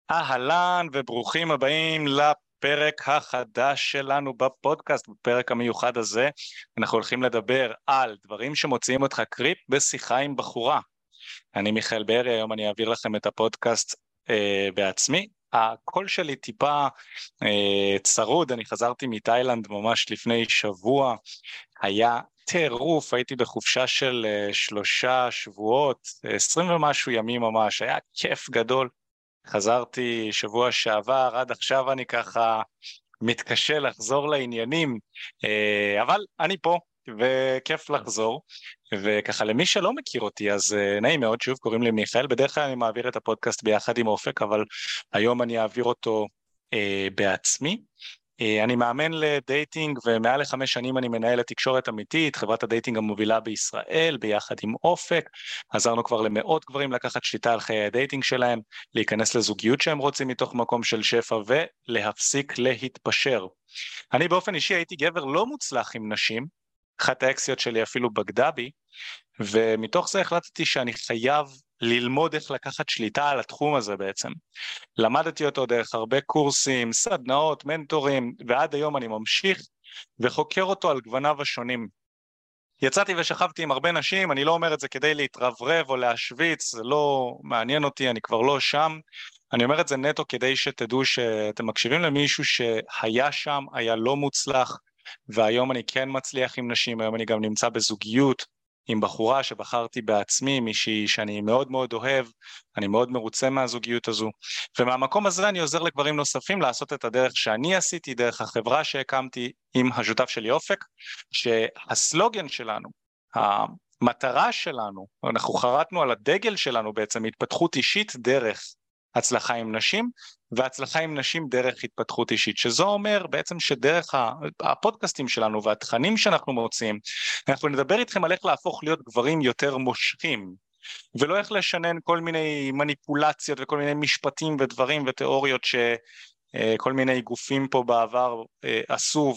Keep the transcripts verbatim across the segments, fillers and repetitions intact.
אהלן וברוכים הבאים לפרק החדש שלנו בפודקאסט. בפרק המיוחד הזה אנחנו הולכים לדבר על דברים שמוציאים אותך קריפ בשיחה עם בחורה. אני מיכאל ברי, היום אני אעביר לכם את הפודקאסט אה, בעצמי. הקול שלי טיפה אה, צרוד, אני חזרתי מתאילנד ממש לפני שבוע, היה טירוף, הייתי בחופשה של אה, שלושה שבועות, עשרים ומשהו ימים ממש, היה כיף גדול. חזרתי שבוע שעבר, עד עכשיו אני ככה מתקשה לחזור לעניינים, אה, אבל אני פה וכיף לחזור, וככה למי שלא מכיר אותי אז אה, נעים מאוד, שוב קוראים לי מיכאל, בדרך כלל אני מעביר את הפודקאסט ביחד עם אופק, אבל היום אני אעביר אותו אה, בעצמי. אה, אני מאמן לדייטינג ומעל לחמש שנים אני מנהל לתקשורת אמיתית, חברת הדייטינג המובילה בישראל ביחד עם אופק. עזרנו כבר למאות גברים לקחת שליטה על חיי הדייטינג שלהם, להיכנס לזוגיות שהם רוצים מתוך מקום של שפע ולהפסיק להתפשר. אני באופן אישי הייתי גבר לא מוצלח עם נשים, אחת האקסיות שלי אפילו בגדה בי, ומתוך זה החלטתי שאני חייב ללמוד איך לקחת שליטה על התחום הזה בעצם. למדתי אותו דרך הרבה קורסים, סדנאות, מנטורים, ועד היום אני ממשיך וחוקר אותו על גווניו השונים. יצאתי ושכבתי עם הרבה נשים, אני לא אומר את זה כדי להתרברב או להשוויץ, זה לא מעניין אותי, אני כבר לא שם. אני אומר את זה נטו כדי שתדעו שאתם מקשיבים למישהו שהיה שם, היה לא מוצלח, והיום אני כן מצליח עם נשים, היום אני גם נמצא בזוגיות עם בחורה שבחרתי בעצמי, מישהי שאני מאוד מאוד אוהב, אני מאוד מרוצה מהזוגיות הזו, ומהמקום הזה אני עוזר לגברים נוספים לעשות את הדרך שאני עשיתי, דרך החברה שהקמתי עם השותף שלי אופק, שהסלוגן שלנו, המטרה שלנו, אנחנו חרטנו על הדגל שלנו בעצם, התפתחות אישית דרך הצלחה עם נשים, והצלחה עם נשים דרך התפתחות אישית, שזו אומר בעצם שדרך הפודקאסטים שלנו והתכנים שאנחנו מוצאים, אנחנו נדבר איתכם על איך להפוך להיות גברים יותר מושכים, ולא איך לשנן כל מיני מניפולציות וכל מיני משפטים ודברים ותיאוריות שכל מיני גופים פה בעבר עשו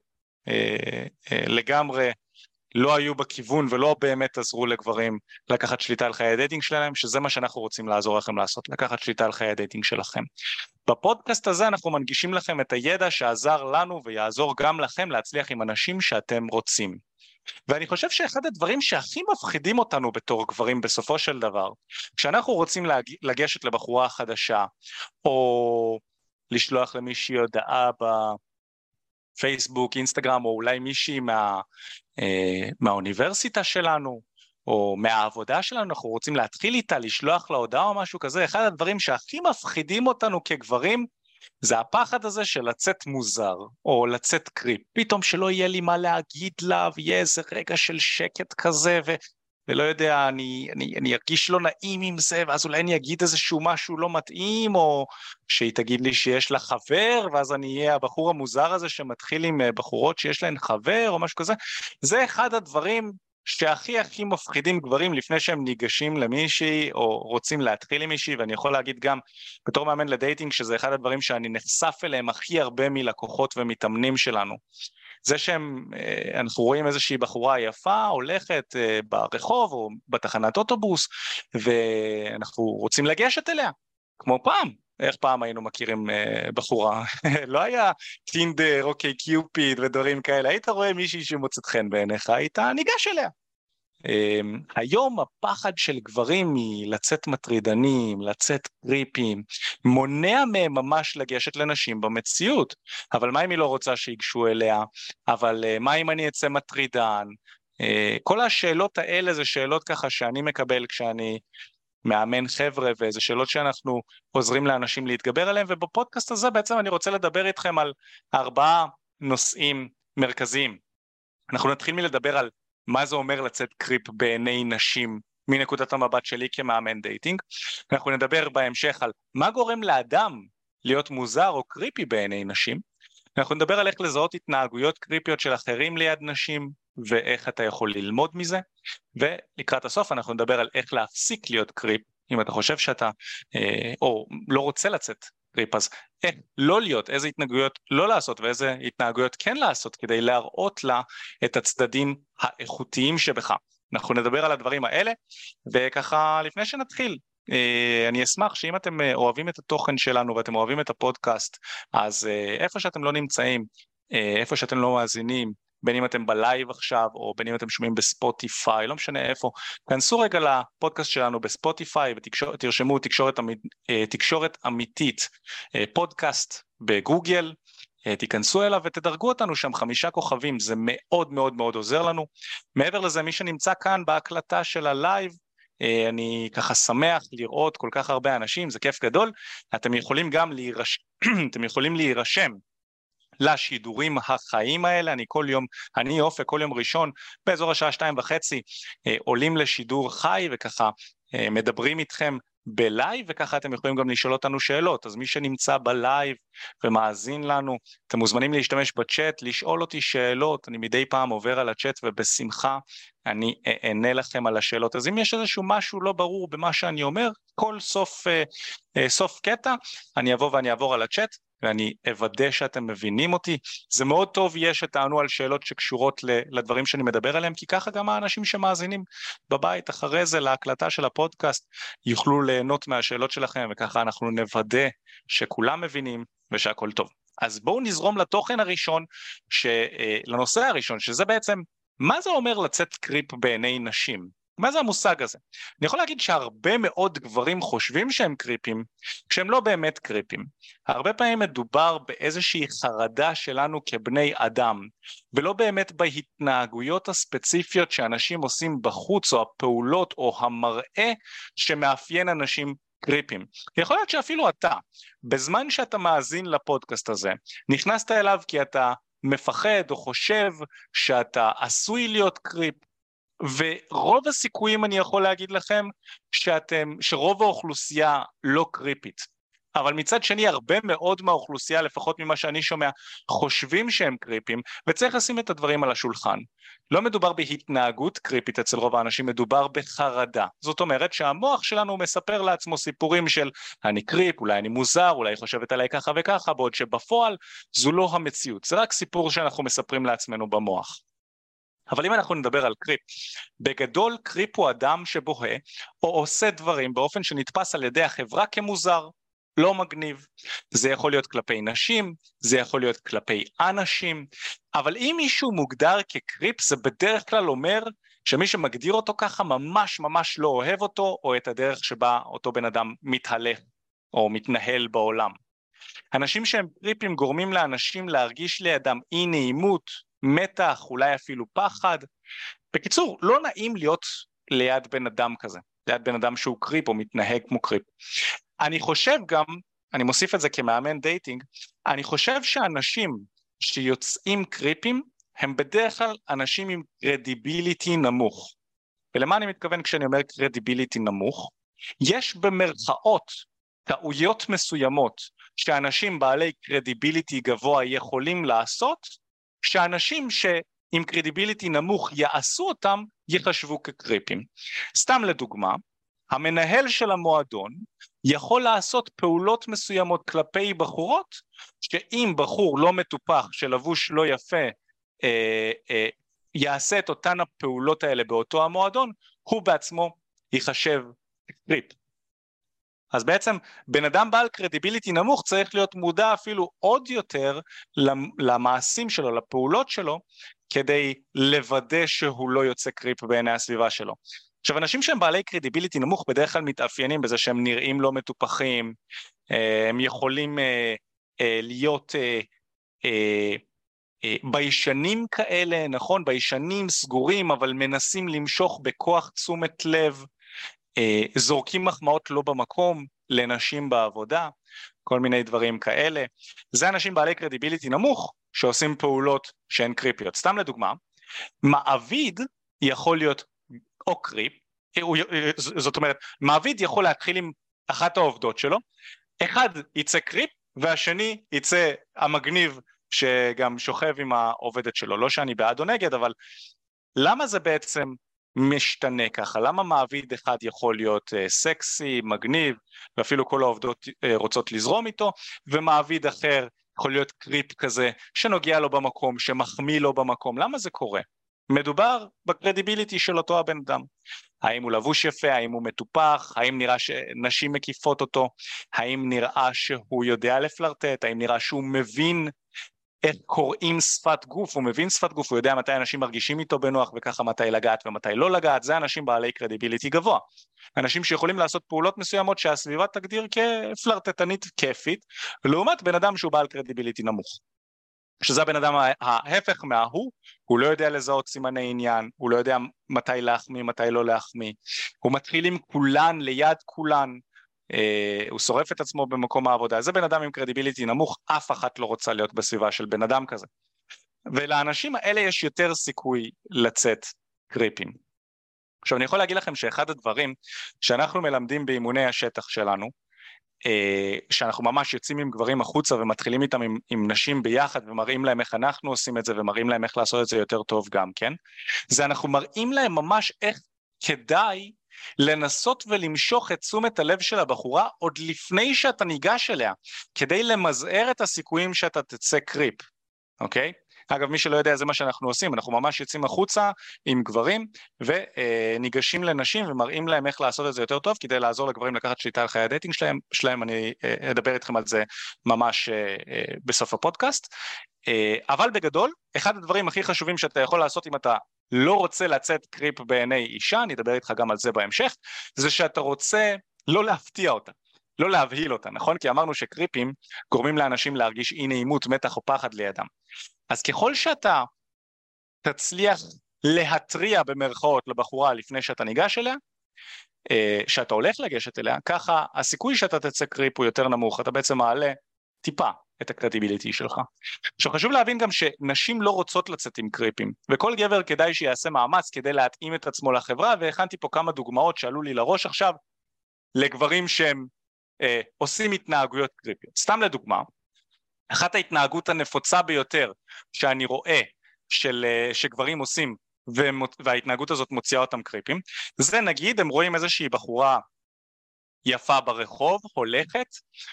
ולגמרי לא היו בכיוון ולא באמת עזרו לגברים לקחת שליטה על חיי הדייטינג שלהם, שזה מה שאנחנו רוצים לעזור לכם לעשות, לקחת שליטה על חיי הדייטינג שלכם. בפודקאסט הזה אנחנו מנגישים לכם את הידע שעזר לנו ויעזור גם לכם להצליח עם אנשים שאתם רוצים. ואני חושב שאחד הדברים שהכי מפחידים אותנו בתור גברים בסופו של דבר, כשאנחנו רוצים לגשת לבחורה חדשה, או לשלוח למישהי הודעה בפייסבוק, אינסטגרם, או אולי מישהי מה, אה, מהאוניברסיטה שלנו, או מהעבודה שלנו, אנחנו רוצים להתחיל איתה, לשלוח לה הודעה או משהו כזה, אחד הדברים שהכי מפחידים אותנו כגברים, זה הפחד הזה של לצאת מוזר, או לצאת קריפ, פתאום שלא יהיה לי מה להגיד לה, ויהיה איזה רגע של שקט כזה, ו... ולא יודע, אני, אני, אני ארגיש לא נעים עם זה, ואז אולי אני אגיד איזשהו משהו לא מתאים, או שהיא תגיד לי שיש לה חבר, ואז אני אהיה הבחור המוזר הזה שמתחיל עם בחורות שיש להן חבר, או משהו כזה. זה אחד הדברים שהכי הכי מפחידים גברים לפני שהם ניגשים למישהי, או רוצים להתחיל עם מישהי, ואני יכול להגיד גם בתור מאמן לדייטינג, שזה אחד הדברים שאני נחשף אליהם הכי הרבה מלקוחות ומתאמנים שלנו. זה שאנחנו רואים איזושהי בחורה יפה, הולכת ברחוב או בתחנת אוטובוס, ואנחנו רוצים לגשת אליה, כמו פעם. איך פעם היינו מכירים בחורה? לא היה טינדר, אוקיי, קיופיד ודברים כאלה. היית רואה מישהי שמוצאת חן בעיניך, היית ניגש אליה. היום הפחד של גברים מלצאת מטרידנים, לצאת קריפים, מונע מהם ממש לגשת לנשים במציאות. אבל מה אם היא לא רוצה שיגשו אליה? אבל מה אם אני אצא מטרידן? כל השאלות האלה זה שאלות ככה שאני מקבל כשאני מאמן חבר'ה, וזה שאלות שאנחנו עוזרים לאנשים להתגבר עליהם, ובפודקאסט הזה בעצם אני רוצה לדבר איתכם על ארבעה נושאים מרכזיים. אנחנו נתחיל מלדבר על מה זה אומר לצאת קריפ בעיני נשים מנקודת המבט שלי כמאמן דייטינג. אנחנו נדבר בהמשך על מה גורם לאדם להיות מוזר או קריפי בעיני נשים. אנחנו נדבר על איך לזהות התנהגויות קריפיות של אחרים ליד נשים, ואיך אתה יכול ללמוד מזה. ולקראת הסוף אנחנו נדבר על איך להפסיק להיות קריפ, אם אתה חושב שאתה אה, או לא רוצה לצאת קריפ, אז איך לא להיות, איזה התנהגויות לא לעשות ואיזה התנהגויות כן לעשות, כדי להראות לה את הצדדים האיכותיים שבך. אנחנו נדבר על הדברים האלה, וככה לפני שנתחיל, אני אשמח שאם אתם אוהבים את התוכן שלנו ואתם אוהבים את הפודקאסט, אז איפה שאתם לא נמצאים, איפה שאתם לא מאזינים, בין אם אתם בלייב עכשיו, או בין אם אתם שומעים בספוטיפיי, לא משנה איפה, כנסו רגע לפודקאסט שלנו בספוטיפיי, ותרשמו תקשורת, תקשורת אמיתית, פודקאסט בגוגל, תיכנסו אליו ותדרגו אותנו שם חמישה כוכבים, זה מאוד מאוד מאוד עוזר לנו. מעבר לזה, מי שנמצא כאן בהקלטה של הלייב, אני ככה שמח לראות כל כך הרבה אנשים, זה כיף גדול. אתם יכולים גם להירשם, אתם יכולים להירשם לשידורים החיים האלה. אני כל יום, אני אופק כל יום ראשון באזור השעה שתיים וחצי עולים לשידור חי וככה מדברים איתכם בלייב, וככה אתם יכולים גם לשאול אותנו שאלות. אז מי שנמצא בלייב ומאזין לנו, אתם מוזמנים להשתמש בצ'אט, לשאול אותי שאלות, אני מדי פעם עובר על הצ'אט ובשמחה אני אענה לכם על השאלות. אז אם יש איזשהו משהו לא ברור במה שאני אומר, כל סוף, סוף קטע אני אבוא ואני אעבור על הצ'אט ואני אוודא שאתם מבינים אותי. זה מאוד טוב יהיה שתענו על שאלות שקשורות לדברים שאני מדבר עליהם, כי ככה גם האנשים שמאזינים בבית אחרי זה להקלטה של הפודקאסט יוכלו ליהנות מהשאלות שלכם, וככה אנחנו נוודא שכולם מבינים ושהכל טוב. אז בואו נזרום לתוכן הראשון, לנושא הראשון, שזה בעצם מה זה אומר לצאת קריפ בעיני נשים. מה זה המושג הזה? אני יכול להגיד שהרבה מאוד גברים חושבים שהם קריפים, כשהם לא באמת קריפים. הרבה פעמים מדובר באיזושהי חרדה שלנו כבני אדם, ולא באמת בהתנהגויות הספציפיות שאנשים עושים בחוץ, או הפעולות או המראה שמאפיין אנשים קריפים. יכול להיות שאפילו אתה, בזמן שאתה מאזין לפודקאסט הזה, נכנסת אליו כי אתה מפחד או חושב שאתה עשוי להיות קריפ, ורוב הסיכויים אני יכול להגיד לכם שאתם, שרוב האוכלוסייה לא קריפית, אבל מצד שני הרבה מאוד מהאוכלוסייה, לפחות ממה שאני שומע, חושבים שהם קריפים, וצריך לשים את הדברים על השולחן. לא מדובר בהתנהגות קריפית אצל רוב האנשים, מדובר בחרדה. זאת אומרת שהמוח שלנו מספר לעצמו סיפורים של אני קריפ, אולי אני מוזר, אולי חושבת עליי ככה וככה, בעוד שבפועל זו לא המציאות, זה רק סיפור שאנחנו מספרים לעצמנו במוח. אבל אם אנחנו נדבר על קריפ, בגדול קריפ הוא אדם שבוהה או עושה דברים באופן שנתפס על ידי החברה כמוזר, לא מגניב. זה יכול להיות כלפי נשים, זה יכול להיות כלפי אנשים, אבל אם מישהו מוגדר כקריפ, זה בדרך כלל אומר שמי שמגדיר אותו ככה ממש ממש לא אוהב אותו, או את הדרך שבה אותו בן אדם מתהלך או מתנהל בעולם. אנשים שהם קריפים גורמים לאנשים להרגיש לידם אי נעימות, מתח, אולי אפילו פחד. בקיצור, לא נעים להיות ליד בן אדם כזה, ליד בן אדם שהוא קריפ או מתנהג כמו קריפ. אני חושב גם, אני מוסיף את זה כמאמן דייטינג, אני חושב שאנשים שיוצאים קריפים, הם בדרך כלל אנשים עם קרדיביליטי נמוך. ולמה אני מתכוון כשאני אומר קרדיביליטי נמוך? יש במרכאות טעויות מסוימות שאנשים בעלי קרדיביליטי גבוה יכולים לעשות, שאנשים שעם קרדיביליטי נמוך יעשו אותם, יחשבו כקריפים. סתם לדוגמה, המנהל של המועדון יכול לעשות פעולות מסוימות כלפי בחורות, שאם בחור לא מטופח, שלבוש לא יפה, אה, אה, יעשה את אותן הפעולות האלה באותו המועדון, הוא בעצמו יחשב קריפ. אז בעצם בן אדם בעל קרדיביליטי נמוך צריך להיות מודע אפילו עוד יותר למעשים שלו, לפעולות שלו, כדי לוודא שהוא לא יוצא קריפ בעיני הסביבה שלו. עכשיו, אנשים שהם בעלי קרדיביליטי נמוך בדרך כלל מתאפיינים בזה שהם נראים לא מטופחים, הם יכולים להיות ביישנים כאלה, נכון? ביישנים סגורים, אבל מנסים למשוך בכוח תשומת לב, זורקים מחמאות לא במקום לנשים בעבודה, כל מיני דברים כאלה. זה אנשים בעלי קרדיביליטי נמוך שעושים פעולות שהן קריפיות. סתם לדוגמה, מעביד יכול להיות או קריפ, זאת אומרת, מעביד יכול להתחיל עם אחת העובדות שלו, אחד יצא קריפ והשני יצא המגניב שגם שוכב עם העובדת שלו. לא שאני בעד או נגד, אבל למה זה בעצם משתנה ככה? למה מעביד אחד יכול להיות uh, סקסי, מגניב, ואפילו כל העובדות uh, רוצות לזרום איתו, ומעביד אחר יכול להיות קריפ כזה, שנוגע לו במקום, שמחמיא לו במקום? למה זה קורה? מדובר בקרדיביליטי של אותו הבן אדם. האם הוא לבוש יפה, האם הוא מטופח, האם נראה שנשים מקיפות אותו, האם נראה שהוא יודע לפלרטט, האם נראה שהוא מבין איך קוראים שפת גוף, הוא מבין שפת גוף, הוא יודע מתי אנשים מרגישים איתו בנוח וככה מתי לגעת ומתי לא לגעת, זה אנשים בעלי קרדיביליטי גבוה. אנשים שיכולים לעשות פעולות מסוימות שהסביבה תגדיר כפלרטטנית כיפית, לעומת בן אדם שהוא בעל קרדיביליטי נמוך. שזה הבן אדם ההפך מההוא, הוא לא יודע לזהות סימני עניין, הוא לא יודע מתי להחמיא, מתי לא להחמיא, הוא מתחיל עם כולן ליד כולן, אה, הוא שורף את עצמו במקום העבודה, זה בן אדם עם קרדיביליטי נמוך, אף אחת לא רוצה להיות בסביבה של בן אדם כזה. ולאנשים האלה יש יותר סיכוי לצאת קריפים. עכשיו אני יכול להגיד לכם שאחד הדברים שאנחנו מלמדים באימוני השטח שלנו, שאנחנו ממש יוצאים עם גברים החוצה ומתחילים איתם עם, עם נשים ביחד ומראים להם איך אנחנו עושים את זה ומראים להם איך לעשות את זה יותר טוב גם, כן? זה אנחנו מראים להם ממש איך כדאי לנסות ולמשוך את תשומת הלב של הבחורה עוד לפני שאתה ניגש אליה, כדי למזער את הסיכויים שאתה תצא קריפ, אוקיי? אגב, מי שלא יודע, זה מה שאנחנו עושים, אנחנו ממש יוצאים החוצה עם גברים, וניגשים לנשים ומראים להם איך לעשות את זה יותר טוב, כדי לעזור לגברים לקחת שליטה על חיי הדייטינג שלהם, שלהם אני אדבר איתכם על זה ממש בסוף הפודקאסט, אבל בגדול, אחד הדברים הכי חשובים שאתה יכול לעשות אם אתה לא רוצה לצאת קריפ בעיני אישה, אני אדבר איתך גם על זה בהמשך, זה שאתה רוצה לא להפתיע אותה. לא להבהיל אותה, נכון? כי אמרנו שקריפים גורמים לאנשים להרגיש אי נעימות, מתח או פחד לידם. אז ככל שאתה תצליח להטריע במרכאות לבחורה לפני שאתה ניגש אליה, שאתה הולך לגשת אליה, ככה הסיכוי שאתה תצא קריפ הוא יותר נמוך, אתה בעצם מעלה טיפה את הקרדיביליטי שלך. עכשיו חשוב להבין גם שנשים לא רוצות לצאת עם קריפים, וכל גבר כדאי שיעשה מאמץ כדי להתאים את עצמו לחברה, והכנתי פה כמה דוגמאות שעלו לי לראש עכשיו, לגברים שהם אה, עושים התנהגויות קריפיות. סתם לדוגמה, אחת ההתנהגות הנפוצה ביותר שאני רואה של, שגברים עושים וההתנהגות הזאת מוציאה אותם קריפים, זה נגיד הם רואים איזושהי בחורה יפה ברחוב, הולכת,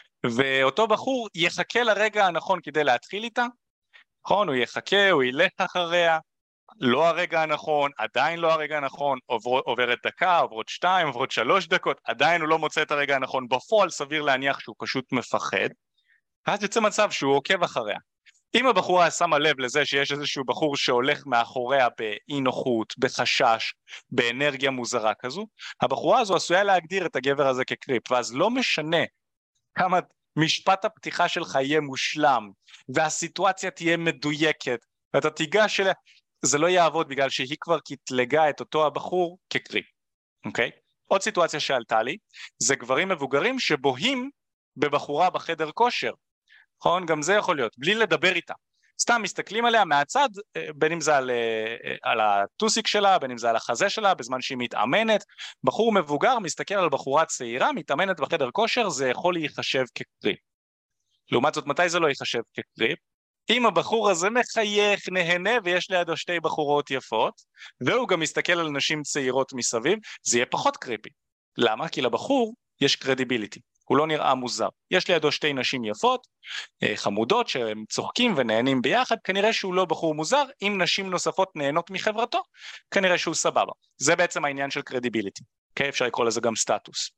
ואותו בחור יחכה לרגע הנכון כדי להתחיל איתה, נכון? הוא יחכה, הוא ילך אחריה, לא הרגע הנכון, עדיין לא הרגע הנכון, עובר, עוברת דקה, עוברות שתיים, עוברות שלוש דקות, עדיין הוא לא מוצא את הרגע הנכון, בפועל סביר להניח שהוא פשוט מפחד, ואז יוצא מצב שהוא עוקב אחריה. אם הבחורה שמה לב לזה שיש איזשהו בחור שהולך מאחוריה באי נוחות, בחשש, באנרגיה מוזרה כזו, הבחורה הזו עשויה להגדיר את הגבר הזה כקריפ, ואז לא משנה כמה משפט הפתיחה שלך יהיה מושלם, והסיטואציה תהיה מדויקת, ואתה תיגש אליה, זה לא יעבוד בגלל שהיא כבר קטלגה את אותו הבחור כקריפ, אוקיי? עוד סיטואציה שעלתה לי, זה גברים מבוגרים שבוהים בבחורה בחדר כושר, נכון? גם זה יכול להיות, בלי לדבר איתה. סתם מסתכלים עליה מהצד, בין אם זה על, על הטוסיק שלה, בין אם זה על החזה שלה, בזמן שהיא מתאמנת. בחור מבוגר מסתכל על בחורה צעירה, מתאמנת בחדר כושר, זה יכול להיחשב כקריפ. לעומת זאת, מתי זה לא ייחשב כקריפ? אם הבחור הזה מחייך, נהנה, ויש לידו שתי בחורות יפות, והוא גם מסתכל על נשים צעירות מסביב, זה יהיה פחות קריפי. למה? כי לבחור יש קרדיביליטי. הוא לא נראה מוזר. יש לידו שתי נשים יפות, חמודות, שהם צוחקים ונהנים ביחד, כנראה שהוא לא בחור מוזר, אם נשים נוספות נהנות מחברתו, כנראה שהוא סבבה. זה בעצם העניין של קרדיביליטי. אוקיי? אפשר לקרוא לזה גם סטטוס.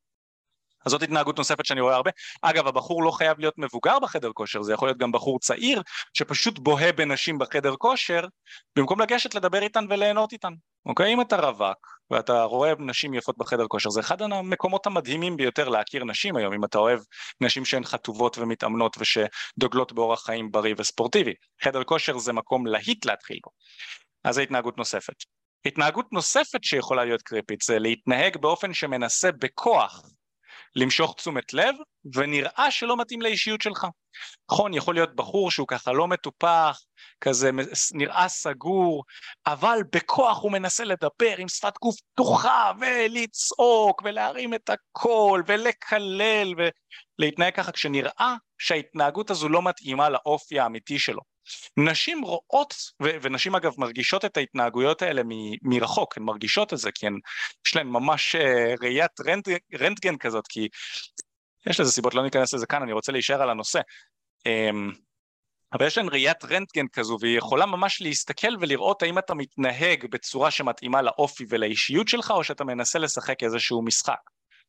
אז זאת התנהגות נוספת שאני רואה הרבה. אגב, הבחור לא חייב להיות מבוגר בחדר כושר, זה יכול להיות גם בחור צעיר, שפשוט בוהה בנשים בחדר כושר, במקום לגשת לדבר איתן וליהנות איתן. אוקיי? אם אתה רווק, ואתה רואה נשים יפות בחדר כושר, זה אחד המקומות המדהימים ביותר להכיר נשים היום, אם אתה אוהב נשים שהן חטובות ומתאמנות, ושדוגלות באורח חיים בריא וספורטיבי. חדר כושר זה מקום להיט להתחיל בו. אז זה התנהגות נוספת. התנהגות נוספת שיכולה להיות קריפית, זה להתנהג באופן שמנסה בכוח, למשוך תשומת לב, ונראה שלא מתאים לאישיות שלך. נכון, יכול להיות בחור שהוא ככה לא מטופח, כזה נראה סגור, אבל בכוח הוא מנסה לדבר עם שפת גוף פתוחה, ולצעוק, ולהרים את הקול, ולקלל, ולהתנהג ככה, כשנראה שההתנהגות הזו לא מתאימה לאופי האמיתי שלו. נשים רואות, ו- ונשים אגב מרגישות את ההתנהגויות האלה מ- מרחוק, הן מרגישות את זה, כי הן, יש להן ממש uh, ראיית רנט- רנטגן כזאת, כי יש לזה סיבות, לא ניכנס לזה כאן, אני רוצה להישאר על הנושא. Um, אבל יש להם ראיית רנטגן כזו, והיא יכולה ממש להסתכל ולראות האם אתה מתנהג בצורה שמתאימה לאופי ולאישיות שלך, או שאתה מנסה לשחק איזשהו משחק.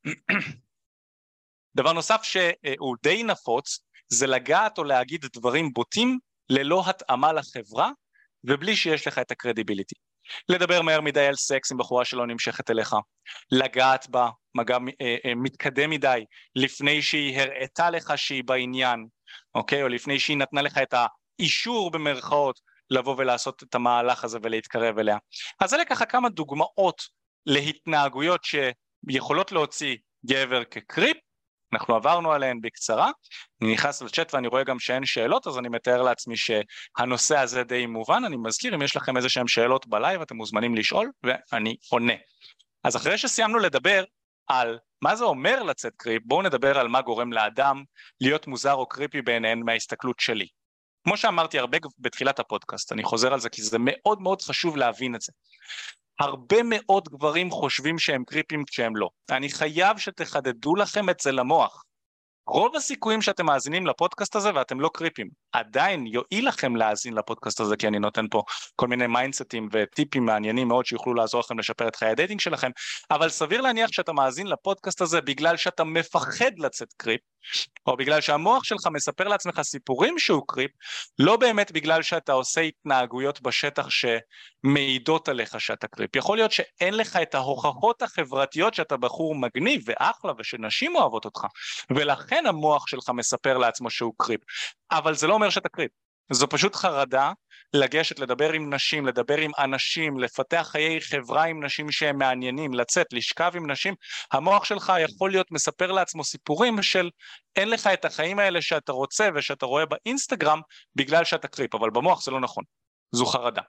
דבר נוסף שהוא די נפוץ, זה לגעת או להגיד דברים בוטים ללא התאמה לחברה, ובלי שיש לך את הקרדיביליטי. לדבר מהר מדי על סקס עם בחורה שלא נמשכת אליך, לגעת בה מגע מתקדם מדי, לפני שהיא הראתה לך שהיא בעניין, אוקיי? או לפני שהיא נתנה לך את האישור במרכאות, לבוא ולעשות את המהלך הזה ולהתקרב אליה. אז אלה ככה כמה דוגמאות להתנהגויות שיכולות להוציא גבר כקריפ, אנחנו עברנו עליהן בקצרה, אני נכנס לצ'אט ואני רואה גם שאין שאלות, אז אני מתאר לעצמי שהנושא הזה די מובן, אני מזכיר אם יש לכם איזה שהן שאלות בלייב, אתם מוזמנים לשאול ואני עונה. אז אחרי שסיימנו לדבר על מה זה אומר לצאת קריפ, בואו נדבר על מה גורם לאדם להיות מוזר או קריפי בעיניהן מההסתכלות שלי. כמו שאמרתי הרבה בתחילת הפודקאסט, אני חוזר על זה כי זה מאוד מאוד חשוב להבין את זה. הרבה מאוד גברים חושבים שהם קריפים כשהם לא. אני חייב שתחדדו לכם את זה למוח. רוב הסיכויים שאתם מאזינים לפודקאסט הזה ואתם לא קריפים. עדיין יועיל לכם להאזין לפודקאסט הזה, כי אני נותן פה כל מיני מיינדסטים וטיפים מעניינים מאוד שיוכלו לעזור לכם לשפר את חיי הדייטינג שלכם, אבל סביר להניח שאתה מאזין לפודקאסט הזה בגלל שאתה מפחד לצאת קריפ, או בגלל שהמוח שלך מספר לעצמך סיפורים שהוא קריפ, לא באמת בגלל שאתה עושה התנהגויות בשטח שמעידות עליך שאתה קריפ. יכול להיות שאין לך את ההוכחות החברתיות שאתה בחור מגניב ואחלה ושנשים אוהבות אותך, ולכן המוח שלך מספר לעצמו שהוא קריפ, אבל זה לא אומר שאתה קריפ. זו פשוט חרדה לגשת, לדבר עם נשים, לדבר עם אנשים, לפתח חיי חברה עם נשים שהם מעניינים, לצאת, לשכב עם נשים. המוח שלך יכול להיות מספר לעצמו סיפורים של אין לך את החיים האלה שאתה רוצה ושאתה רואה באינסטגרם בגלל שאתה קריפ, אבל במוח זה לא נכון, זו חרדה.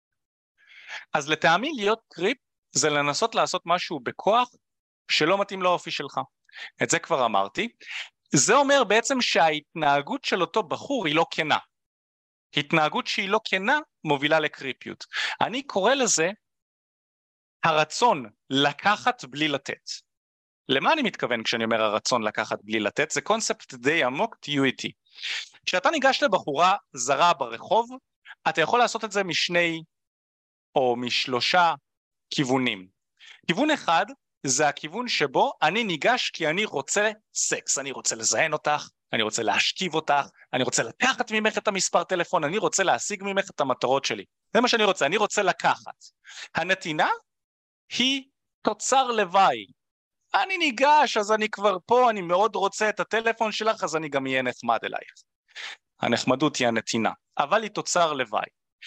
אז לטעמי להיות קריפ זה לנסות לעשות משהו בכוח שלא מתאים לאופי שלך. את זה כבר אמרתי. זה אומר בעצם שההתנהגות של אותו בחור היא לא כנה. התנהגות שהיא לא כנה מובילה לקריפיות. אני קורא לזה הרצון לקחת בלי לתת. למה אני מתכוון כשאני אומר הרצון לקחת בלי לתת? זה קונספט די עמוק, תהיו איתי. כשאתה ניגש לבחורה זרה ברחוב, אתה יכול לעשות את זה משני או משלושה כיוונים. כיוון אחד זה הכיוון שבו אני ניגש כי אני רוצה סקס, אני רוצה לזיין אותך, אני רוצה להשכיב אותך, אני רוצה לקחת ממך את המספר טלפון, אני רוצה להשיג ממך את המטרות שלי. זה מה שאני רוצה, אני רוצה לקחת. הנתינה היא תוצר לוואי. אני ניגש, אז אני כבר פה, אני מאוד רוצה את הטלפון שלך, אז אני גם אהיה נחמד אלייך. הנחמדות היא הנתינה, אבל היא תוצר לוואי.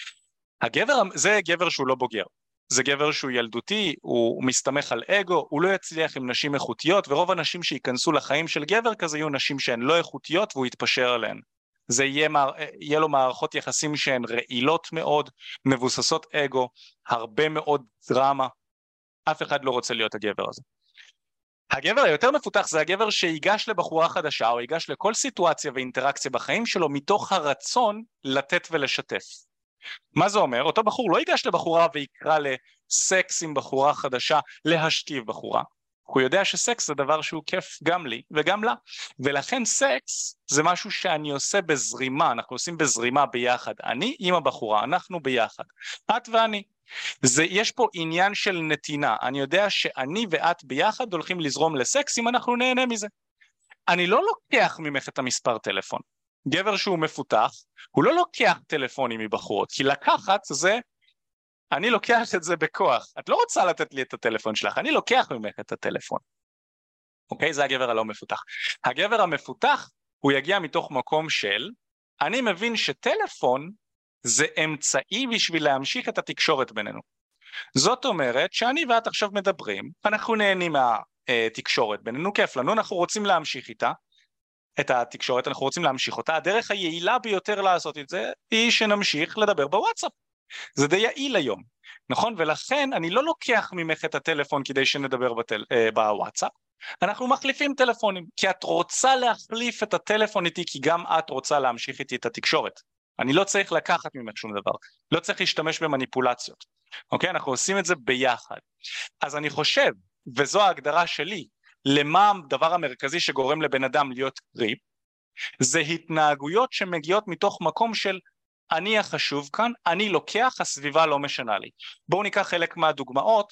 הגבר, זה גבר שהוא לא בוגר. זה גבר שהוא ילדותי, הוא, הוא מסתמך על אגו, הוא לא יצליח עם נשים איכותיות, ורוב הנשים שיכנסו לחיים של גבר כזה יהיו נשים שהן לא איכותיות, והוא יתפשר עליהן. זה יהיה, יהיה לו מערכות יחסים שהן רעילות מאוד, מבוססות אגו, הרבה מאוד דרמה, אף אחד לא רוצה להיות הגבר הזה. הגבר היותר מפותח זה הגבר שיגש לבחורה חדשה, או ייגש לכל סיטואציה ואינטראקציה בחיים שלו, מתוך הרצון לתת ולשתף. מה זה אומר? אותו בחור לא ייגש לבחורה ויקרא לסקס עם בחורה חדשה, להשכיב בחורה. הוא יודע שסקס זה דבר שהוא כיף גם לי וגם לה, ולכן סקס זה משהו שאני עושה בזרימה, אנחנו עושים בזרימה ביחד, אני עם הבחורה, אנחנו ביחד, את ואני. זה, יש פה עניין של נתינה, אני יודע שאני ואת ביחד הולכים לזרום לסקס אם אנחנו נהנה מזה. אני לא לוקח ממך את המספר טלפון. גבר שהוא מפותח, הוא לא לוקח טלפונים מבחורות, כי לקחת זה, אני לוקח את זה בכוח. את לא רוצה לתת לי את הטלפון שלך, אני לוקח ממך את הטלפון. אוקיי? זה הגבר הלא מפותח. הגבר המפותח, הוא יגיע מתוך מקום של, אני מבין שטלפון זה אמצעי בשביל להמשיך את התקשורת בינינו. זאת אומרת שאני ואת עכשיו מדברים, אנחנו נהנים מהתקשורת בינינו, כיף לנו, אנחנו רוצים להמשיך איתה, את התקשורת, אנחנו רוצים להמשיך אותה, הדרך היעילה ביותר לעשות את זה, היא שנמשיך לדבר בוואטסאפ. זה די יעיל היום, נכון? ולכן אני לא לוקח ממך את הטלפון כדי שנדבר בטל, אה, בוואטסאפ, אנחנו מחליפים טלפונים, כי את רוצה להחליף את הטלפון איתי, כי גם את רוצה להמשיך איתי את התקשורת. אני לא צריך לקחת ממך שום דבר, לא צריך להשתמש במניפולציות, אוקיי? אנחנו עושים את זה ביחד. אז אני חושב, וזו ההגדרה שלי, למה הדבר המרכזי שגורם לבן אדם להיות קריפ, זה התנהגויות שמגיעות מתוך מקום של אני החשוב כאן, אני לוקח, הסביבה לא משנה לי. בואו ניקח חלק מהדוגמאות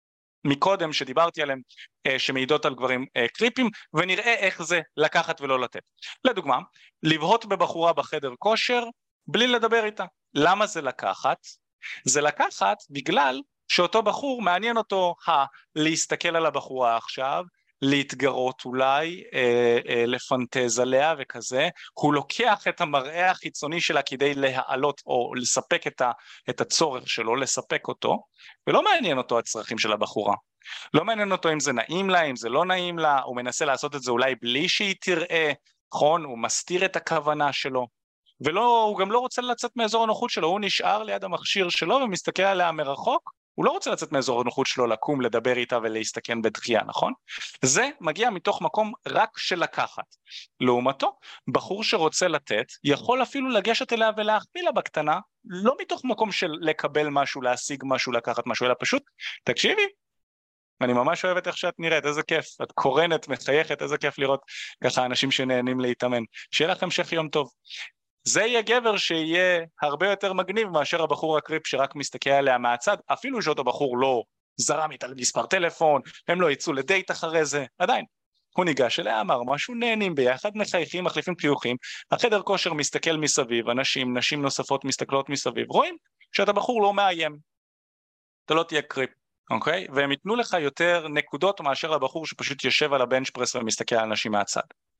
מקודם שדיברתי עליהם, שמעידות על גברים קריפים, ונראה איך זה לקחת ולא לתת. לדוגמה, לבהות בבחורה בחדר כושר בלי לדבר איתה. למה זה לקחת? זה לקחת בגלל שאותו בחור מעניין אותו ה- להסתכל על הבחורה עכשיו, להתגרות אולי, אה, אה, לפנטז עליה וכזה, הוא לוקח את המראה החיצוני שלה כדי להעלות או לספק את, ה, את הצורך שלו, לספק אותו, ולא מעניין אותו הצרכים של הבחורה. לא מעניין אותו אם זה נעים לה, אם זה לא נעים לה, הוא מנסה לעשות את זה אולי בלי שהיא תראה, נכון? הוא מסתיר את הכוונה שלו, ולא, הוא גם לא רוצה לצאת מאזור הנוחות שלו, הוא נשאר ליד המכשיר שלו ומסתכל עליה מרחוק, הוא לא רוצה לצאת מאזור הנוחות שלו, לקום, לדבר איתה ולהסתכן בדחייה, נכון? זה מגיע מתוך מקום רק של לקחת. לעומתו, בחור שרוצה לתת, יכול אפילו לגשת אליה ולהכפיל לה בקטנה, לא מתוך מקום של לקבל משהו, להשיג משהו, לקחת משהו, אלא פשוט, תקשיבי, אני ממש אוהבת איך שאת נראית, איזה כיף, את קורנת, מחייכת, איזה כיף לראות ככה אנשים שנהנים להתאמן. שיהיה לך המשך יום טוב. זה יהיה גבר שיהיה הרבה יותר מגניב מאשר הבחור הקריפ שרק מסתכל עליה מהצד, אפילו שאותו בחור לא זרם איתה למספר טלפון, הם לא יצאו לדייט אחרי זה, עדיין. הוא ניגש אליה, אמר משהו, נהנים ביחד, מחייכים, מחליפים חיוכים, החדר כושר מסתכל מסביב, אנשים, נשים נוספות מסתכלות מסביב, רואים שאתה בחור לא מאיים, אתה לא תהיה קריפ, אוקיי? והם ייתנו לך יותר נקודות מאשר לבחור שפשוט יושב על הבנץ' פרס ומסתכל על אנשים מהצד.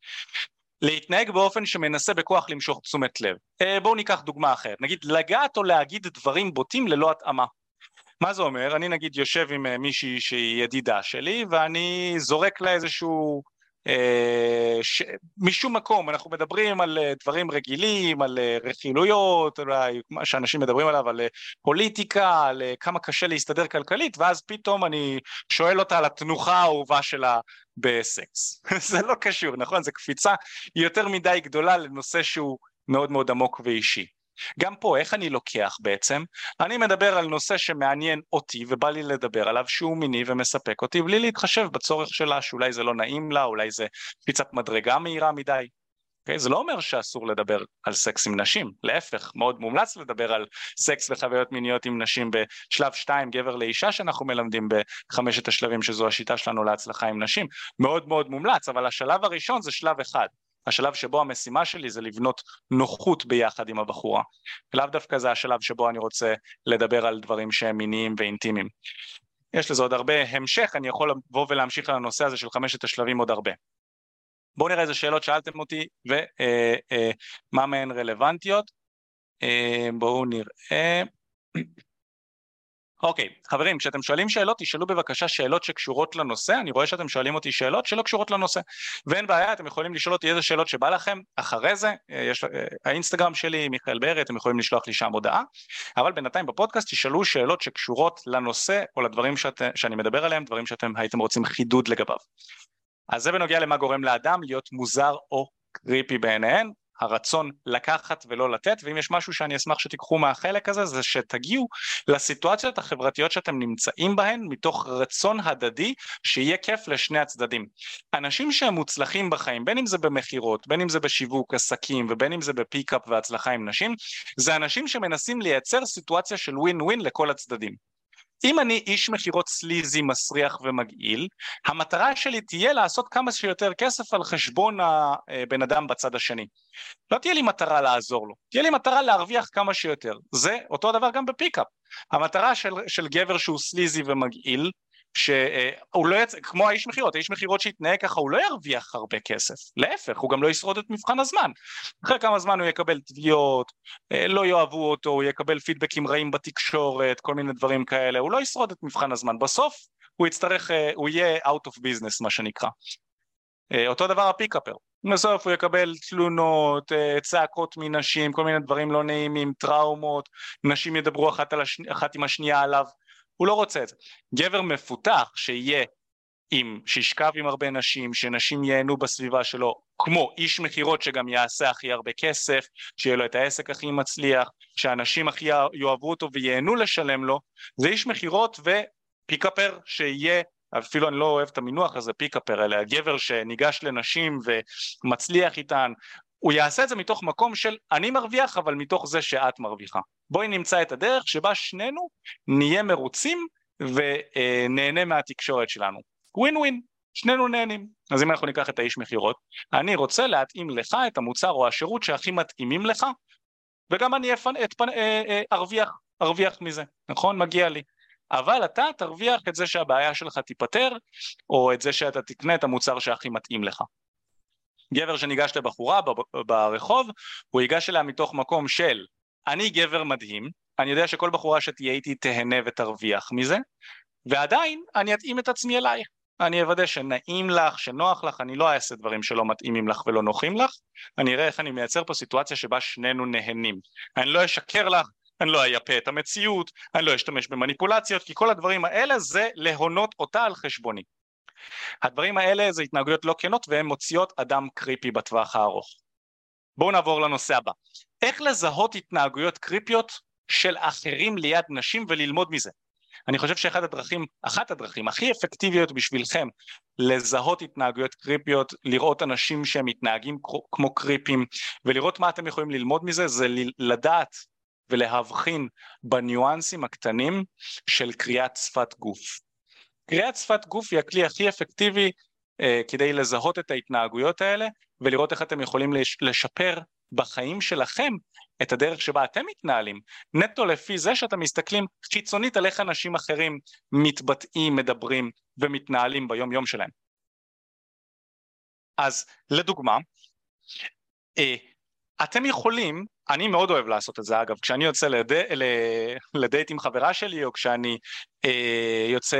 להתנהג באופן שמנסה בכוח למשוך תשומת לב. בואו ניקח דוגמה אחרת, נגיד לגעת או להגיד דברים בוטים ללא התאמה. מה זה אומר? אני נגיד יושב עם מישהי שהיא ידידה שלי, ואני זורק לה איזשהו, אה, ש... משום מקום, אנחנו מדברים על דברים רגילים, על רכילויות, אולי מה שאנשים מדברים עליו, על פוליטיקה, על כמה קשה להסתדר כלכלית, ואז פתאום אני שואל אותה על התנוחה האהובה שלה בסקס. זה לא קשור, נכון? זה קפיצה יותר מדי גדולה לנושא שהוא מאוד מאוד עמוק ואישי. גם פה, איך אני לוקח בעצם? אני מדבר על נושא שמעניין אותי ובא לי לדבר עליו, שהוא מיני ומספק אותי, בלי להתחשב בצורך שלה, שאולי זה לא נעים לה, אולי זה קפיצת מדרגה מהירה מדי. Okay? זה לא אומר שאסור לדבר על סקס עם נשים, להפך, מאוד מומלץ לדבר על סקס וחוויות מיניות עם נשים בשלב שתיים, גבר לאישה, שאנחנו מלמדים בחמשת השלבים, שזו השיטה שלנו להצלחה עם נשים, מאוד מאוד מומלץ, אבל השלב הראשון זה שלב אחד, השלב שבו המשימה שלי זה לבנות נוחות ביחד עם הבחורה, לאו דווקא זה השלב שבו אני רוצה לדבר על דברים שהם מיניים ואינטימיים. יש לזה עוד הרבה המשך, אני יכול לבוא ולהמשיך על הנושא הזה של חמשת השלבים עוד הרבה. בואו נראה איזה שאלות שאלתם אותי ומה מהן רלוונטיות. בואו נראה. אוקיי, חברים, כשאתם שואלים שאלות, תשאלו בבקשה שאלות שקשורות לנושא, אני רואה שאתם שואלים אותי שאלות שלא קשורות לנושא, ואין בעיה, אתם יכולים לשאול אותי איזה שאלות שבא לכם, אחרי זה, יש האינסטגרם שלי, מיכאל בארי, אתם יכולים לשלוח לי שם הודעה, אבל בינתיים בפודקאסט תשאלו שאלות שקשורות לנושא, או לדברים שאת, שאני מדבר עליהם, דברים שאתם הייתם רוצים חידוד לגביו. אז זה בנוגע למה גורם לאדם להיות מוזר או קריפי בעיניהן, הרצון לקחת ולא לתת, ואם יש משהו שאני אשמח שתיקחו מהחלק הזה, זה שתגיעו לסיטואציות החברתיות שאתם נמצאים בהן, מתוך רצון הדדי, שיהיה כיף לשני הצדדים. אנשים שהם מוצלחים בחיים, בין אם זה במחירות, בין אם זה בשיווק עסקים, ובין אם זה בפיקאפ והצלחה עם נשים, זה אנשים שמנסים לייצר סיטואציה של ווין ווין לכל הצדדים. אם אני איש מחירות סליזי, מסריח ומגעיל, המטרה שלי תהיה לעשות כמה שיותר כסף על חשבון הבן אדם בצד השני. לא תהיה לי מטרה לעזור לו, תהיה לי מטרה להרוויח כמה שיותר. זה אותו הדבר גם בפיקאפ. המטרה של, של גבר שהוא סליזי ומגעיל, שהוא לא יצא, כמו האיש מחירות, האיש מחירות שיתנהג ככה, הוא לא ירוויח הרבה כסף, להפך, הוא גם לא ישרוד את מבחן הזמן, אחרי כמה זמן הוא יקבל תביעות, לא יאהבו אותו, הוא יקבל פידבקים רעים בתקשורת, כל מיני דברים כאלה, הוא לא ישרוד את מבחן הזמן, בסוף הוא יצטרך, הוא יהיה out of business מה שנקרא. אותו דבר הפיקאפר, בסוף הוא יקבל תלונות, צעקות מנשים, כל מיני דברים לא נעימים, טראומות, נשים ידברו אחת, על השני, אחת עם השנייה עליו, הוא לא רוצה את זה. גבר מפותח שיהיה עם, שישכב עם הרבה נשים, שנשים ייהנו בסביבה שלו, כמו איש מחירות שגם יעשה הכי הרבה כסף, שיהיה לו את העסק הכי מצליח, שאנשים הכי יאהבו אותו וייהנו לשלם לו, זה איש מחירות ופיקאפר שיהיה, אפילו אני לא אוהב את המינוח הזה פיקאפר, אלא גבר שניגש לנשים ומצליח איתן, הוא יעשה את זה מתוך מקום של אני מרוויח, אבל מתוך זה שאת מרוויחה. בואי נמצא את הדרך שבה שנינו נהיה מרוצים ונהנה מהתקשורת שלנו. ווין ווין, שנינו נהנים. אז אם אנחנו ניקח את האיש מחירות, אני רוצה להתאים לך את המוצר או השירות שהכי מתאימים לך, וגם אני אפן, אתפן, אה, אה, ארוויח, ארוויח מזה, נכון? מגיע לי. אבל אתה תרוויח את זה שהבעיה שלך תיפטר, או את זה שאתה תקנה את המוצר שהכי מתאים לך. גבר שניגש לבחורה ברחוב, הוא ייגש אליה מתוך מקום של, אני גבר מדהים, אני יודע שכל בחורה שתהיה איתי תהנה ותרוויח מזה, ועדיין אני אתאים את עצמי אלייך. אני אוודא שנעים לך, שנוח לך, אני לא אעשה דברים שלא מתאימים לך ולא נוחים לך, אני אראה איך אני מייצר פה סיטואציה שבה שנינו נהנים. אני לא אשקר לך, אני לא אייפה את המציאות, אני לא אשתמש במניפולציות, כי כל הדברים האלה זה להונות אותה על חשבוני. הדברים האלה זה התנהגויות לא כנות, והן מוציאות אדם קריפי בטווח הארוך. בואו נעבור לנושא הבא. איך לזהות התנהגויות קריפיות של אחרים ליד נשים וללמוד מזה? אני חושב שאחת הדרכים, אחת הדרכים הכי אפקטיביות בשבילכם לזהות התנהגויות קריפיות, לראות אנשים שהם מתנהגים כמו קריפים, ולראות מה אתם יכולים ללמוד מזה, זה לדעת ולהבחין בניואנסים הקטנים של קריאת שפת גוף. קריאת שפת גוף היא הכלי הכי אפקטיבי אה, כדי לזהות את ההתנהגויות האלה, ולראות איך אתם יכולים לשפר בחיים שלכם את הדרך שבה אתם מתנהלים, נטו לפי זה שאתם מסתכלים חיצונית על איך אנשים אחרים מתבטאים, מדברים ומתנהלים ביום יום שלהם. אז לדוגמה, אה, אתם יכולים, אני מאוד אוהב לעשות את זה אגב, כשאני יוצא לד... לדייט עם חברה שלי, או כשאני אה, יוצא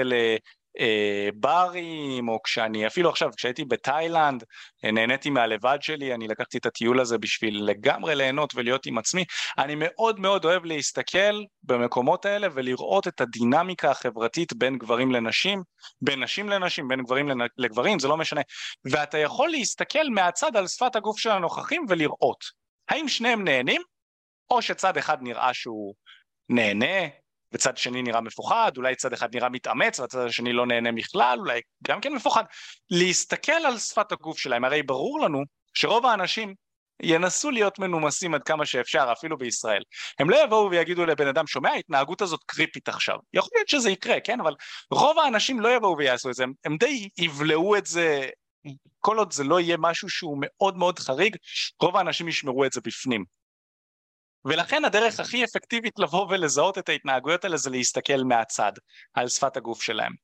לברים, או כשאני, אפילו עכשיו, כשהייתי בתאילנד, נהניתי מהלבד שלי, אני לקחתי את הטיול הזה בשביל לגמרי ליהנות ולהיות עם עצמי, אני מאוד מאוד אוהב להסתכל במקומות האלה, ולראות את הדינמיקה החברתית בין גברים לנשים, בין נשים לנשים, בין גברים לגברים, זה לא משנה, ואתה יכול להסתכל מהצד על שפת הגוף של הנוכחים ולראות, האם שניהם נהנים, או שצד אחד נראה שהוא נהנה, וצד שני נראה מפוחד, אולי צד אחד נראה מתאמץ, והצד השני לא נהנה בכלל, אולי גם כן מפוחד. להסתכל על שפת הגוף שלהם, הרי ברור לנו שרוב האנשים ינסו להיות מנומסים עד כמה שאפשר, אפילו בישראל. הם לא יבואו ויגידו לבן אדם, שומע, ההתנהגות הזאת קריפית עכשיו. יכול להיות שזה יקרה, כן? אבל רוב האנשים לא יבואו ויעשו את זה, הם, הם די יבלעו את זה, כל עוד זה לא יהיה משהו שהוא מאוד מאוד חריג, רוב האנשים ישמרו את זה בפנים. ולכן הדרך הכי אפקטיבית לבוא ולזהות את ההתנהגויות האלה זה להסתכל מהצד על שפת הגוף שלהם.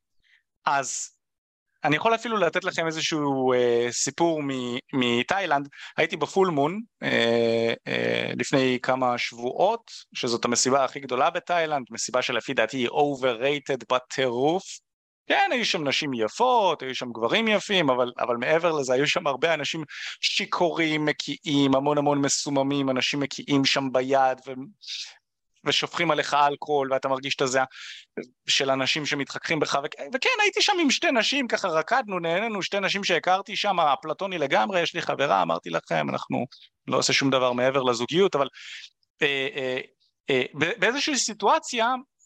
אז אני יכול אפילו לתת לכם איזשהו אה, סיפור מתאילנד. הייתי בפול מון אה, אה, לפני כמה שבועות, שזאת המסיבה הכי גדולה בתאילנד, מסיבה שלפי דעתי היא overrated בטירוף. כן, היו שם נשים יפות, היו שם גברים יפים, אבל, אבל מעבר לזה, היו שם הרבה אנשים שיקורים, מקיאים, המון המון מסוממים, אנשים מקיאים שם ביד, ו... ושופכים עליך אלכוהול, ואתה מרגיש את זה של אנשים שמתחככים בך, ו... וכן, הייתי שם עם שתי נשים, ככה רקדנו, נהנינו, שתי נשים שהכרתי שם, אפלטוני לגמרי, יש לי חברה, אמרתי לכם, אנחנו לא עושה שום דבר מעבר לזוגיות, אבל אה, אה, אה, באיזושהי סיטואציה,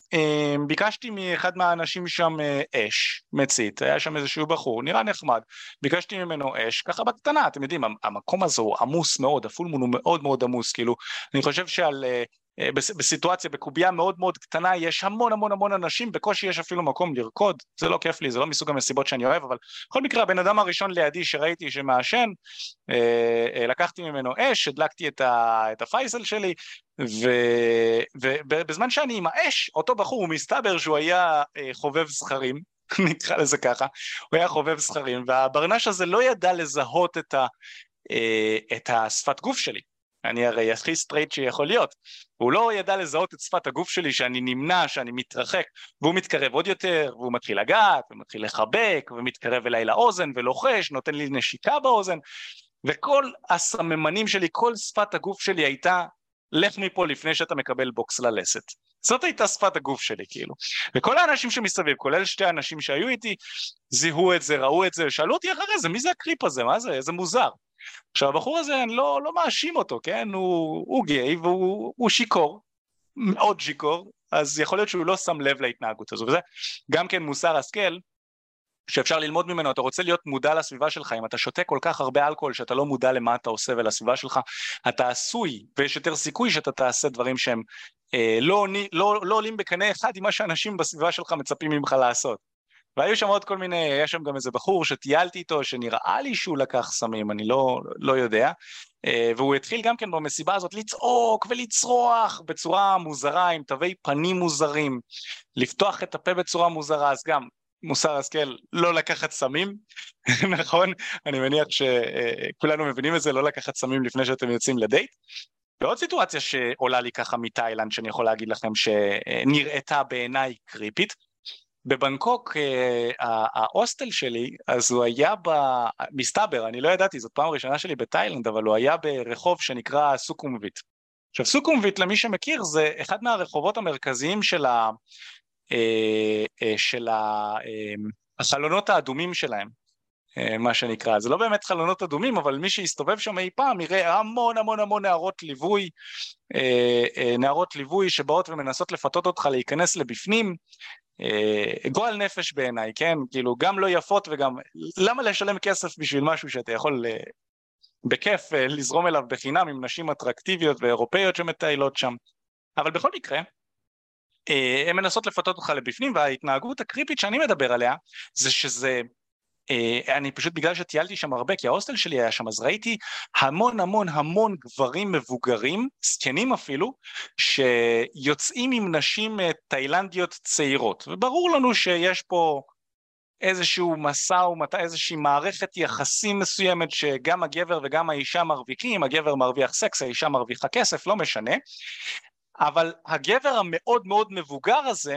ביקשתי מאחד מהאנשים שם אש, מצית, היה שם איזשהו בחור, נראה נחמד, ביקשתי ממנו אש, ככה בקטנה, אתם יודעים, המקום הזה הוא עמוס מאוד, הפול מון הוא מאוד מאוד עמוס, כאילו, אני חושב שעל, בסיטואציה, בקובייה מאוד מאוד קטנה, יש המון המון המון אנשים, בקושי יש אפילו מקום לרקוד, זה לא כיף לי, זה לא מסוג המסיבות שאני אוהב, אבל בכל מקרה, הבן אדם הראשון לידי שראיתי שמעשן, לקחתי ממנו אש, הדלקתי את הפייסל שלי, ובזמן שאני עם האש, אותו בחור, הוא מסתבר שהוא היה חובב זכרים, נקרא לזה ככה, הוא היה חובב זכרים, והברנש הזה לא ידע לזהות את, ה, את השפת גוף שלי, אני הרי הכי סטרייט שיכול להיות, הוא לא ידע לזהות את שפת הגוף שלי, שאני נמנע, שאני מתרחק, והוא מתקרב עוד יותר, והוא מתחיל לגעת, ומתחיל לחבק, ומתקרב אליי לאוזן, ולוחש, נותן לי נשיקה באוזן, וכל הסממנים שלי, כל שפת הגוף שלי הייתה, לך מפה לפני שאתה מקבל בוקס ללסת. זאת הייתה שפת הגוף שלי, כאילו. וכל האנשים שמסביב, כולל שתי האנשים שהיו איתי, זיהו את זה, ראו את זה, שאלו אותי אחרי זה, מי זה הקריפ הזה, מה זה, איזה מוזר. עכשיו, הבחור הזה, אני לא, לא מאשים אותו, כן? הוא, הוא גיי, והוא הוא שיקור, מאוד שיקור, אז יכול להיות שהוא לא שם לב להתנהגות הזו, וזה גם כן מוסר השכל, שאפשר ללמוד ממנו. אתה רוצה להיות מודע לסביבה שלך, אם אתה שותה כל כך הרבה אלכוהול שאתה לא מודע למה אתה עושה ולסביבה שלך, אתה עשוי, ויש יותר סיכוי שאתה תעשה דברים שהם אה, לא, לא, לא עולים בקנה אחד עם מה שאנשים בסביבה שלך מצפים ממך לעשות. והיו שם עוד כל מיני, היה שם גם איזה בחור שטיילתי איתו, שנראה לי שהוא לקח סמים, אני לא, לא יודע, והוא התחיל גם כן במסיבה הזאת לצעוק ולצרוח בצורה מוזרה, עם תווי פנים מוזרים, לפתוח את הפה בצורה מוזרה, אז גם מוסר השכל, לא לקחת סמים, נכון? אני מניח שכולנו מבינים את זה, לא לקחת סמים לפני שאתם יוצאים לדייט. ועוד סיטואציה שעולה לי ככה מתאילנד, שאני יכול להגיד לכם שנראתה בעיניי קריפית, בבנקוק, ההוסטל שלי, אז הוא היה במסתבר, אני לא ידעתי, זאת פעם ראשונה שלי בתאילנד, אבל הוא היה ברחוב שנקרא סוקומוויט. עכשיו, סוקומוויט, למי שמכיר, זה אחד מהרחובות המרכזיים של, ה, של ה, החלונות האדומים שלהם, מה שנקרא. זה לא באמת חלונות אדומים, אבל מי שיסתובב שם אי פעם יראה המון המון המון נערות ליווי, נערות ליווי שבאות ומנסות לפתות אותך להיכנס לבפנים, גועל נפש בעיניי, כן? כאילו גם לא יפות וגם, למה לשלם כסף בשביל משהו שאתה יכול בכיף לזרום אליו בחינם עם נשים אטרקטיביות ואירופאיות שמטיילות שם? אבל בכל מקרה, הן מנסות לפתות אותך לבפנים, וההתנהגות הקריפית שאני מדבר עליה, זה שזה, אני פשוט בגלל שטיילתי שם הרבה, כי ההוסטל שלי היה שם, אז ראיתי המון המון המון גברים מבוגרים, זקנים אפילו, שיוצאים עם נשים תאילנדיות צעירות, וברור לנו שיש פה איזשהו מסע ומתא, איזושהי מערכת יחסים מסוימת, שגם הגבר וגם האישה מרוויחים, הגבר מרוויח סקס, האישה מרוויחה כסף, לא משנה, אבל הגבר המאוד מאוד מבוגר הזה,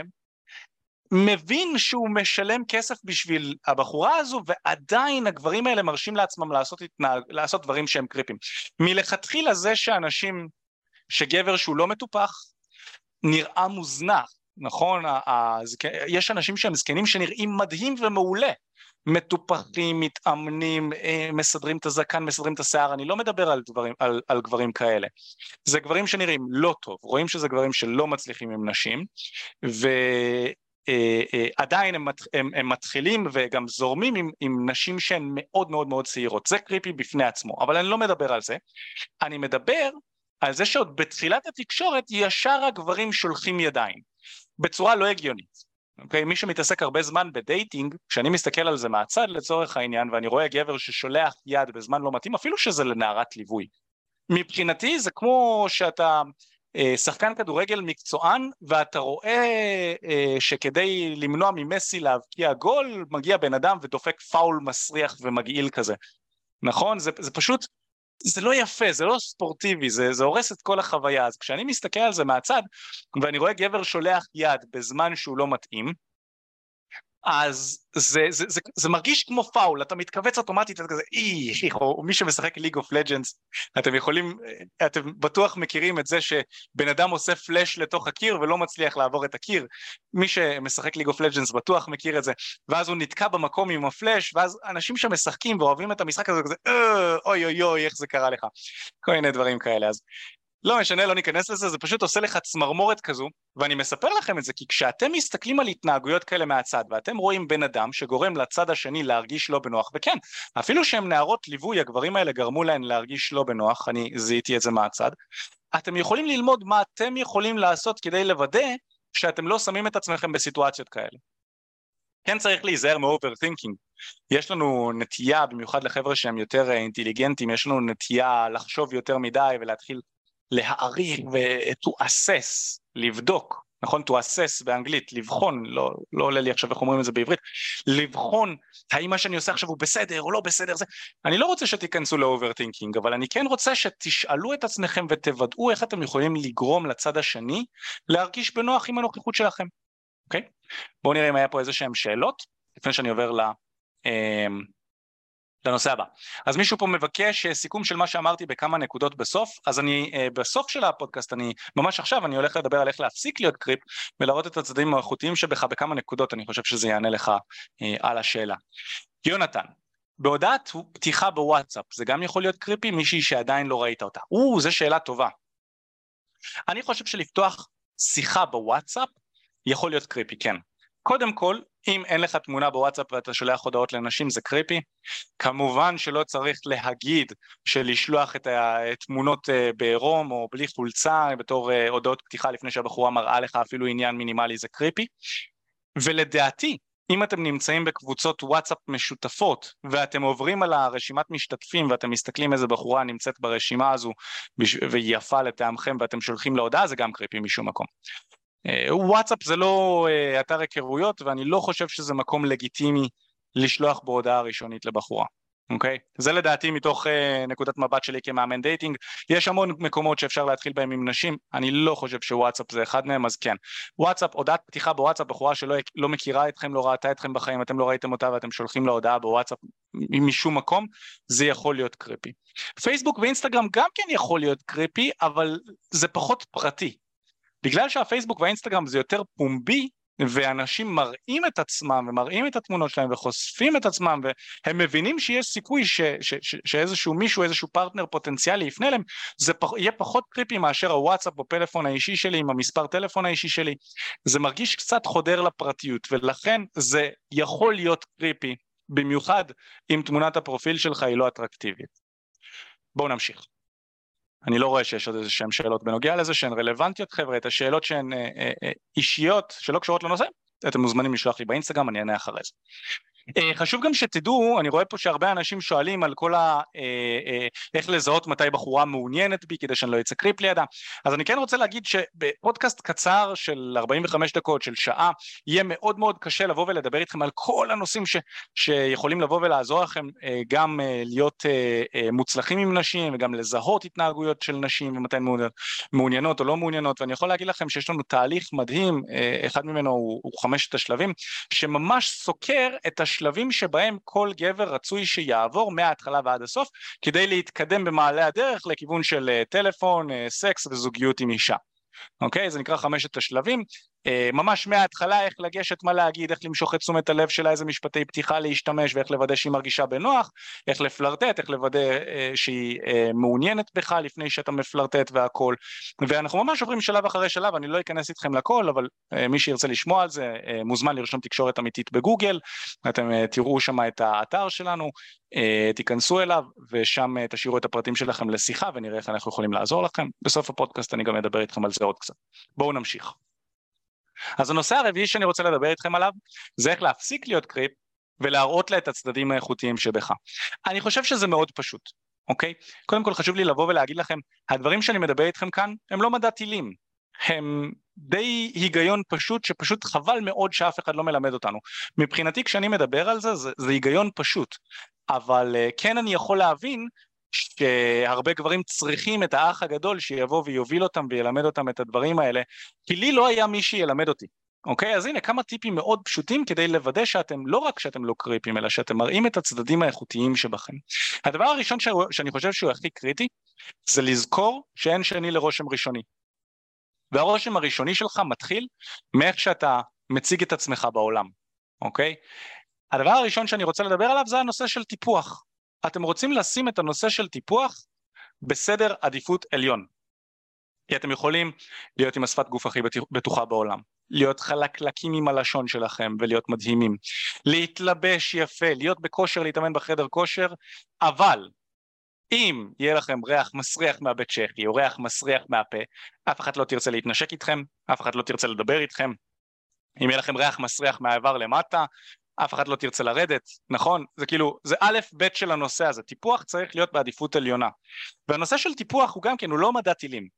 מבין שהוא משלם כסף בשביל הבחורה הזו, ועדיין הגברים האלה מרשים לעצמם לעשות, התנהג, לעשות דברים שהם קריפים. מלכתחילה זה שאנשים, שגבר שהוא לא מטופח, נראה מוזנח, נכון? יש אנשים שהם זקנים שנראים מדהים ומעולה, מטופחים, מתאמנים, מסדרים את הזקן, מסדרים את השיער, אני לא מדבר על, דברים, על, על גברים כאלה. זה גברים שנראים לא טוב, רואים שזה גברים שלא מצליחים עם נשים, ו... עדיין הם, הם, הם מתחילים וגם זורמים עם, עם נשים שהן מאוד מאוד מאוד צעירות. זה קריפי בפני עצמו, אבל אני לא מדבר על זה. אני מדבר על זה שעוד בתחילת התקשורת ישר הגברים שולחים ידיים, בצורה לא הגיונית. אוקיי? מי שמתעסק הרבה זמן בדייטינג, כשאני מסתכל על זה מהצד לצורך העניין, ואני רואה גבר ששולח יד בזמן לא מתאים, אפילו שזה לנערת ליווי. מבחינתי זה כמו שאתה שחקן כדורגל מקצוען, ואתה רואה שכדי למנוע ממסי להבקיע גול, מגיע בן אדם ודופק פאול מסריח ומגעיל כזה. נכון? זה, זה פשוט, זה לא יפה, זה לא ספורטיבי, זה, זה הורס את כל החוויה. אז כשאני מסתכל על זה מהצד, ואני רואה גבר שולח יד בזמן שהוא לא מתאים, אז זה, זה, זה, זה מרגיש כמו פאול, אתה מתכווץ אוטומטית, אתה כזה, אי, או מי שמשחק ליג אוף לג'נדס, אתם יכולים, אתם בטוח מכירים את זה שבן אדם עושה פלש לתוך הקיר ולא מצליח לעבור את הקיר, מי שמשחק ליג אוף לג'נדס בטוח מכיר את זה, ואז הוא נתקע במקום עם הפלש, ואז אנשים שמשחקים ואוהבים את המשחק הזה, כזה, אוי אוי אוי, איך זה קרה לך, כל מיני דברים כאלה. אז לא משנה, לא ניכנס לזה, זה פשוט עושה לך צמרמורת כזו, ואני מספר לכם את זה, כי כשאתם מסתכלים על התנהגויות כאלה מהצד, ואתם רואים בן אדם שגורם לצד השני להרגיש לא בנוח, וכן, אפילו שהם נערות ליווי, הגברים האלה גרמו להן להרגיש לא בנוח, אני זיהיתי את זה מהצד, אתם יכולים ללמוד מה אתם יכולים לעשות כדי לוודא שאתם לא שמים את עצמכם בסיטואציות כאלה. כן צריך להיזהר מ-overthinking. יש לנו נטייה, במיוחד לחבר'ה שהם יותר אינטליגנטים, יש לנו נטייה לחשוב יותר מדי ולהתחיל להעריך ו-to assess, לבדוק, נכון? to assess באנגלית, לבחון, לא, לא עולה לי עכשיו איך אומרים את זה בעברית, לבחון האם מה שאני עושה עכשיו הוא בסדר או לא בסדר, זה... אני לא רוצה שתיכנסו ל-overthinking, אבל אני כן רוצה שתשאלו את עצמכם ותוודאו איך אתם יכולים לגרום לצד השני להרגיש בנוח עם הנוכחות שלכם, אוקיי? בואו נראה אם היה פה איזה שהם שאלות, לפני שאני עובר ל... לנושא הבא. אז מישהו פה מבקש סיכום של מה שאמרתי בכמה נקודות בסוף, אז אני בסוף של הפודקאסט, אני ממש עכשיו, אני הולך לדבר על איך להפסיק להיות קריפ, ולהראות את הצדדים האיכותיים שבך בכמה נקודות, אני חושב שזה יענה לך על השאלה. יונתן, בהודעת פתיחה בוואטסאפ, זה גם יכול להיות קריפי, מישהי שעדיין לא ראית אותה. או, זו שאלה טובה. אני חושב שלפתוח שיחה בוואטסאפ, יכול להיות קריפי, כן. קודם כל, אם אין לך תמונה בוואטסאפ ואתה שולח הודעות לאנשים זה קריפי, כמובן שלא צריך להגיד שלשלוח את התמונות בעירום או בלי חולצה בתור הודעות פתיחה לפני שהבחורה מראה לך אפילו עניין מינימלי זה קריפי, ולדעתי אם אתם נמצאים בקבוצות וואטסאפ משותפות ואתם עוברים על הרשימת משתתפים ואתם מסתכלים איזה בחורה נמצאת ברשימה הזו והיא יפה לטעמכם ואתם שולחים להודעה זה גם קריפי משום מקום. וואטסאפ זה לא אתר היכרויות ואני לא חושב שזה מקום לגיטימי לשלוח בהודעה ראשונית לבחורה. אוקיי? זה לדעתי מתוך uh, נקודת מבט שלי כמאמן דייטינג, יש המון מקומות שאפשר להתחיל בהם עם נשים, אני לא חושב שוואטסאפ זה אחד מהם, אז כן. וואטסאפ, הודעת פתיחה בוואטסאפ, בחורה שלא לא מכירה אתכם, לא ראתה אתכם בחיים, אתם לא ראיתם אותה ואתם שולחים לה הודעה בוואטסאפ משום מקום, זה יכול להיות קריפי. פייסבוק ואינסטגרם גם כן יכול להיות קריפי, אבל זה פחות פרטי. בגלל שהפייסבוק והאינסטגרם זה יותר פומבי, ואנשים מראים את עצמם ומראים את התמונות שלהם וחושפים את עצמם והם מבינים שיש סיכוי ש, ש, ש, שאיזשהו מישהו, איזשהו פרטנר פוטנציאלי יפנה להם, זה פח, יהיה פחות קריפי מאשר הוואטסאפ או פלאפון האישי שלי עם המספר טלפון האישי שלי, זה מרגיש קצת חודר לפרטיות ולכן זה יכול להיות קריפי, במיוחד אם תמונת הפרופיל שלך היא לא אטרקטיבית. בואו נמשיך. אני לא רואה שיש עוד איזה שהן שאלות בנוגע לזה, שהן רלוונטיות חבר'ה, את השאלות שהן אה, אה, אה, אישיות, שלא קשורות לנושא, אתם מוזמנים לשלוח לי באינסטגרם, אני אענה אחרי זה. אה, חשוב גם שתדעו, אני רואה פה שהרבה אנשים שואלים על כל ה... אה, אה, איך לזהות מתי בחורה מעוניינת בי, כדי שאני לא יצא קריפ לידה, אז אני כן רוצה להגיד שבפודקאסט קצר של ארבעים וחמש דקות, של שעה, יהיה מאוד מאוד קשה לבוא ולדבר איתכם על כל הנושאים ש... שיכולים לבוא ולעזור לכם אה, גם אה, להיות אה, אה, מוצלחים עם נשים, וגם לזהות התנהגויות של נשים, ומתי מעוניינות, מעוניינות או לא מעוניינות, ואני יכול להגיד לכם שיש לנו תהליך מדהים, אה, אחד ממנו הוא, הוא חמשת השלבים, שממש סוקר את השלבים שבהם כל גבר רצוי שיעבור מההתחלה ועד הסוף, כדי להתקדם במעלה הדרך לכיוון של טלפון, סקס וזוגיות עם אישה. אוקיי? זה נקרא חמשת השלבים, ממש מההתחלה איך לגשת, מה להגיד, איך למשוך את תשומת הלב שלה, איזה משפטי פתיחה להשתמש, ואיך לוודא שהיא מרגישה בנוח, איך לפלרטט, איך לוודא שהיא מעוניינת בך לפני שאתה מפלרטט והכל, ואנחנו ממש עוברים שלב אחרי שלב, אני לא אכנס איתכם לכל, אבל מי שירצה לשמוע על זה, מוזמן לרשום תקשורת אמיתית בגוגל, אתם תראו שם את האתר שלנו, תיכנסו אליו, ושם תשאירו את הפרטים שלכם לשיחה, ונראה איך אנחנו יכולים לעזור לכם. בסוף הפודקאסט אני גם אדבר איתכם על זה עוד קצת. בואו נמשיך. אז הנושא הרביעי שאני רוצה לדבר איתכם עליו, זה איך להפסיק להיות קריפ, ולהראות לה את הצדדים האיכותיים שבך. אני חושב שזה מאוד פשוט, אוקיי? קודם כל חשוב לי לבוא ולהגיד לכם, הדברים שאני מדבר איתכם כאן, הם לא מדע טילים, הם די היגיון פשוט, שפשוט חבל מאוד שאף אחד לא מלמד אותנו. מבחינתי כשאני מדבר על זה, זה, זה היגיון פשוט, אבל כן אני יכול להבין, שהרבה גברים צריכים את האח הגדול שיבוא ויוביל אותם וילמד אותם את הדברים האלה, כי לי לא היה מי שילמד אותי, אוקיי? אז הנה כמה טיפים מאוד פשוטים כדי לוודא שאתם, לא רק שאתם לא קריפים, אלא שאתם מראים את הצדדים האיכותיים שבכם. הדבר הראשון ש... שאני חושב שהוא הכי קריטי, זה לזכור שאין שני לרושם ראשוני. והרושם הראשוני שלך מתחיל מאיך שאתה מציג את עצמך בעולם, אוקיי? הדבר הראשון שאני רוצה לדבר עליו זה הנושא של טיפוח. אתם רוצים לשים את הנושא של טיפוח בסדר עדיפות עליון. כי אתם יכולים להיות עם השפת גוף הכי בטוחה בעולם, להיות חלקלקים עם הלשון שלכם ולהיות מדהימים, להתלבש יפה, להיות בכושר, להתאמן בחדר כושר, אבל אם יהיה לכם ריח מסריח מהבית צ'כי או ריח מסריח מהפה, אף אחד לא תרצה להתנשק איתכם, אף אחד לא תרצה לדבר איתכם. אם יהיה לכם ריח מסריח מהעבר למטה, אף אחד לא תרצה לרדת, נכון? זה כאילו, זה א' ב' של הנושא הזה, טיפוח צריך להיות בעדיפות עליונה. והנושא של טיפוח הוא גם כן, הוא לא מדע טילים.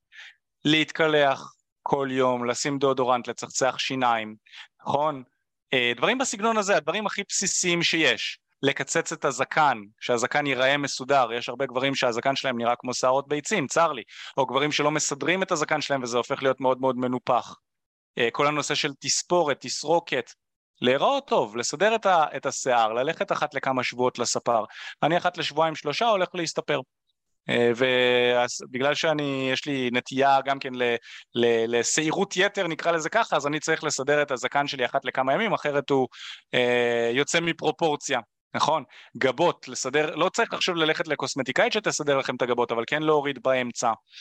להתקלח כל יום, לשים דאודורנט, לצחצח שיניים, נכון? דברים בסגנון הזה, הדברים הכי בסיסיים שיש. לקצץ את הזקן, שהזקן ייראה מסודר, יש הרבה גברים שהזקן שלהם נראה כמו שערות ביצים, צר לי, או גברים שלא מסדרים את הזקן שלהם וזה הופך להיות מאוד מאוד מנופח. כל הנושא של תספורת, תסרוקת, להיראות טוב, לסדר את, ה, את השיער, ללכת אחת לכמה שבועות לספר, אני אחת לשבועיים שלושה הולך להסתפר, ובגלל שאני, יש לי נטייה גם כן לסעירות יתר נקרא לזה ככה, אז אני צריך לסדר את הזקן שלי אחת לכמה ימים, אחרת הוא אה, יוצא מפרופורציה, נכון? גבות, לסדר, לא צריך עכשיו ללכת לקוסמטיקאית שתסדר לכם את הגבות, אבל כן להוריד באמצע,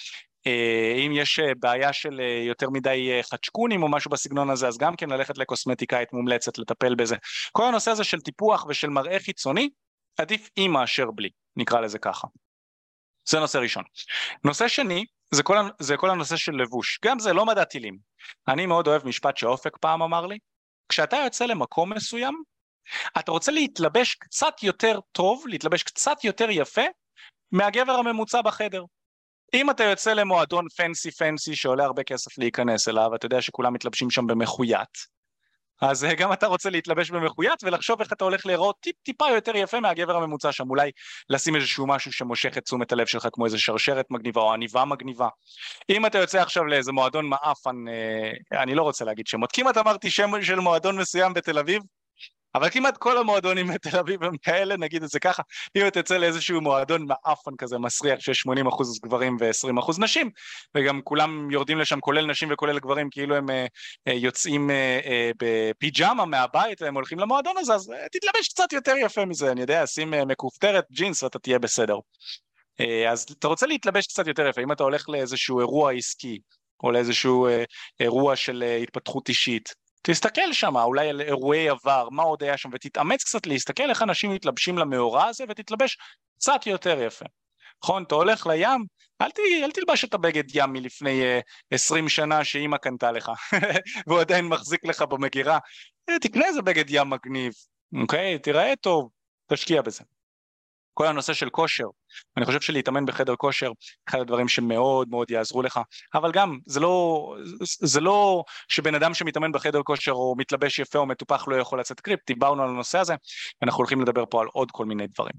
אם יש בעיה של יותר מדי חדשקונים או משהו בסגנון הזה, אז גם כן ללכת לקוסמטיקאית מומלצת לטפל בזה. כל הנושא הזה של טיפוח ושל מראה חיצוני, עדיף עם מאשר בלי, נקרא לזה ככה. זה נושא ראשון. נושא שני, זה כל, זה כל הנושא של לבוש. גם זה לא מדע טילים. אני מאוד אוהב משפט שאופק פעם אמר לי, כשאתה יוצא למקום מסוים, אתה רוצה להתלבש קצת יותר טוב, להתלבש קצת יותר יפה, מהגבר הממוצע בחדר. אם אתה יוצא למועדון פנסי פנסי שעולה הרבה כסף להיכנס אליו, אתה יודע שכולם מתלבשים שם במחוית, אז גם אתה רוצה להתלבש במחוית ולחשוב איך אתה הולך להיראות טיפ טיפה יותר יפה מהגבר הממוצע שם, אולי לשים איזשהו משהו שמושך את תשומת הלב שלך כמו איזה שרשרת מגניבה או עניבה מגניבה. אם אתה יוצא עכשיו לאיזה מועדון מאפן, אני לא רוצה להגיד שמות, כמעט אמרתי שם של מועדון מסוים בתל אביב, אבל כמעט כל המועדונים בתל אביב הם כאלה, נגיד את זה ככה, אם אתה יוצא לאיזשהו מועדון מאפן כזה מסריח שיש שמונים אחוז גברים ו-עשרים אחוז נשים, וגם כולם יורדים לשם כולל נשים וכולל גברים, כאילו הם uh, יוצאים uh, uh, בפיג'מה מהבית והם הולכים למועדון הזה, אז uh, תתלבש קצת יותר יפה מזה, אני יודע, שים uh, מקופטרת ג'ינס ואתה תהיה בסדר. Uh, אז אתה רוצה להתלבש קצת יותר יפה, אם אתה הולך לאיזשהו אירוע עסקי, או לאיזשהו uh, אירוע של uh, התפתחות אישית, תסתכל שם, אולי על אירועי עבר, מה עוד היה שם, ותתאמץ קצת להסתכל איך אנשים מתלבשים למאורע הזה, ותתלבש קצת יותר יפה. נכון, אתה הולך לים, אל, ת, אל תלבש את הבגד ים מלפני uh, עשרים שנה שאמא קנתה לך, והוא עדיין מחזיק לך במגירה, תקנה איזה בגד ים מגניב, אוקיי, תראה טוב, תשקיע בזה. כל הנושא של כושר, אני חושב שלהתאמן בחדר כושר, אחד הדברים שמאוד מאוד יעזרו לך, אבל גם זה לא, זה לא שבן אדם שמתאמן בחדר כושר או מתלבש יפה או מטופח לא יכול לצאת קריפ, דיברנו על הנושא הזה, אנחנו הולכים לדבר פה על עוד כל מיני דברים.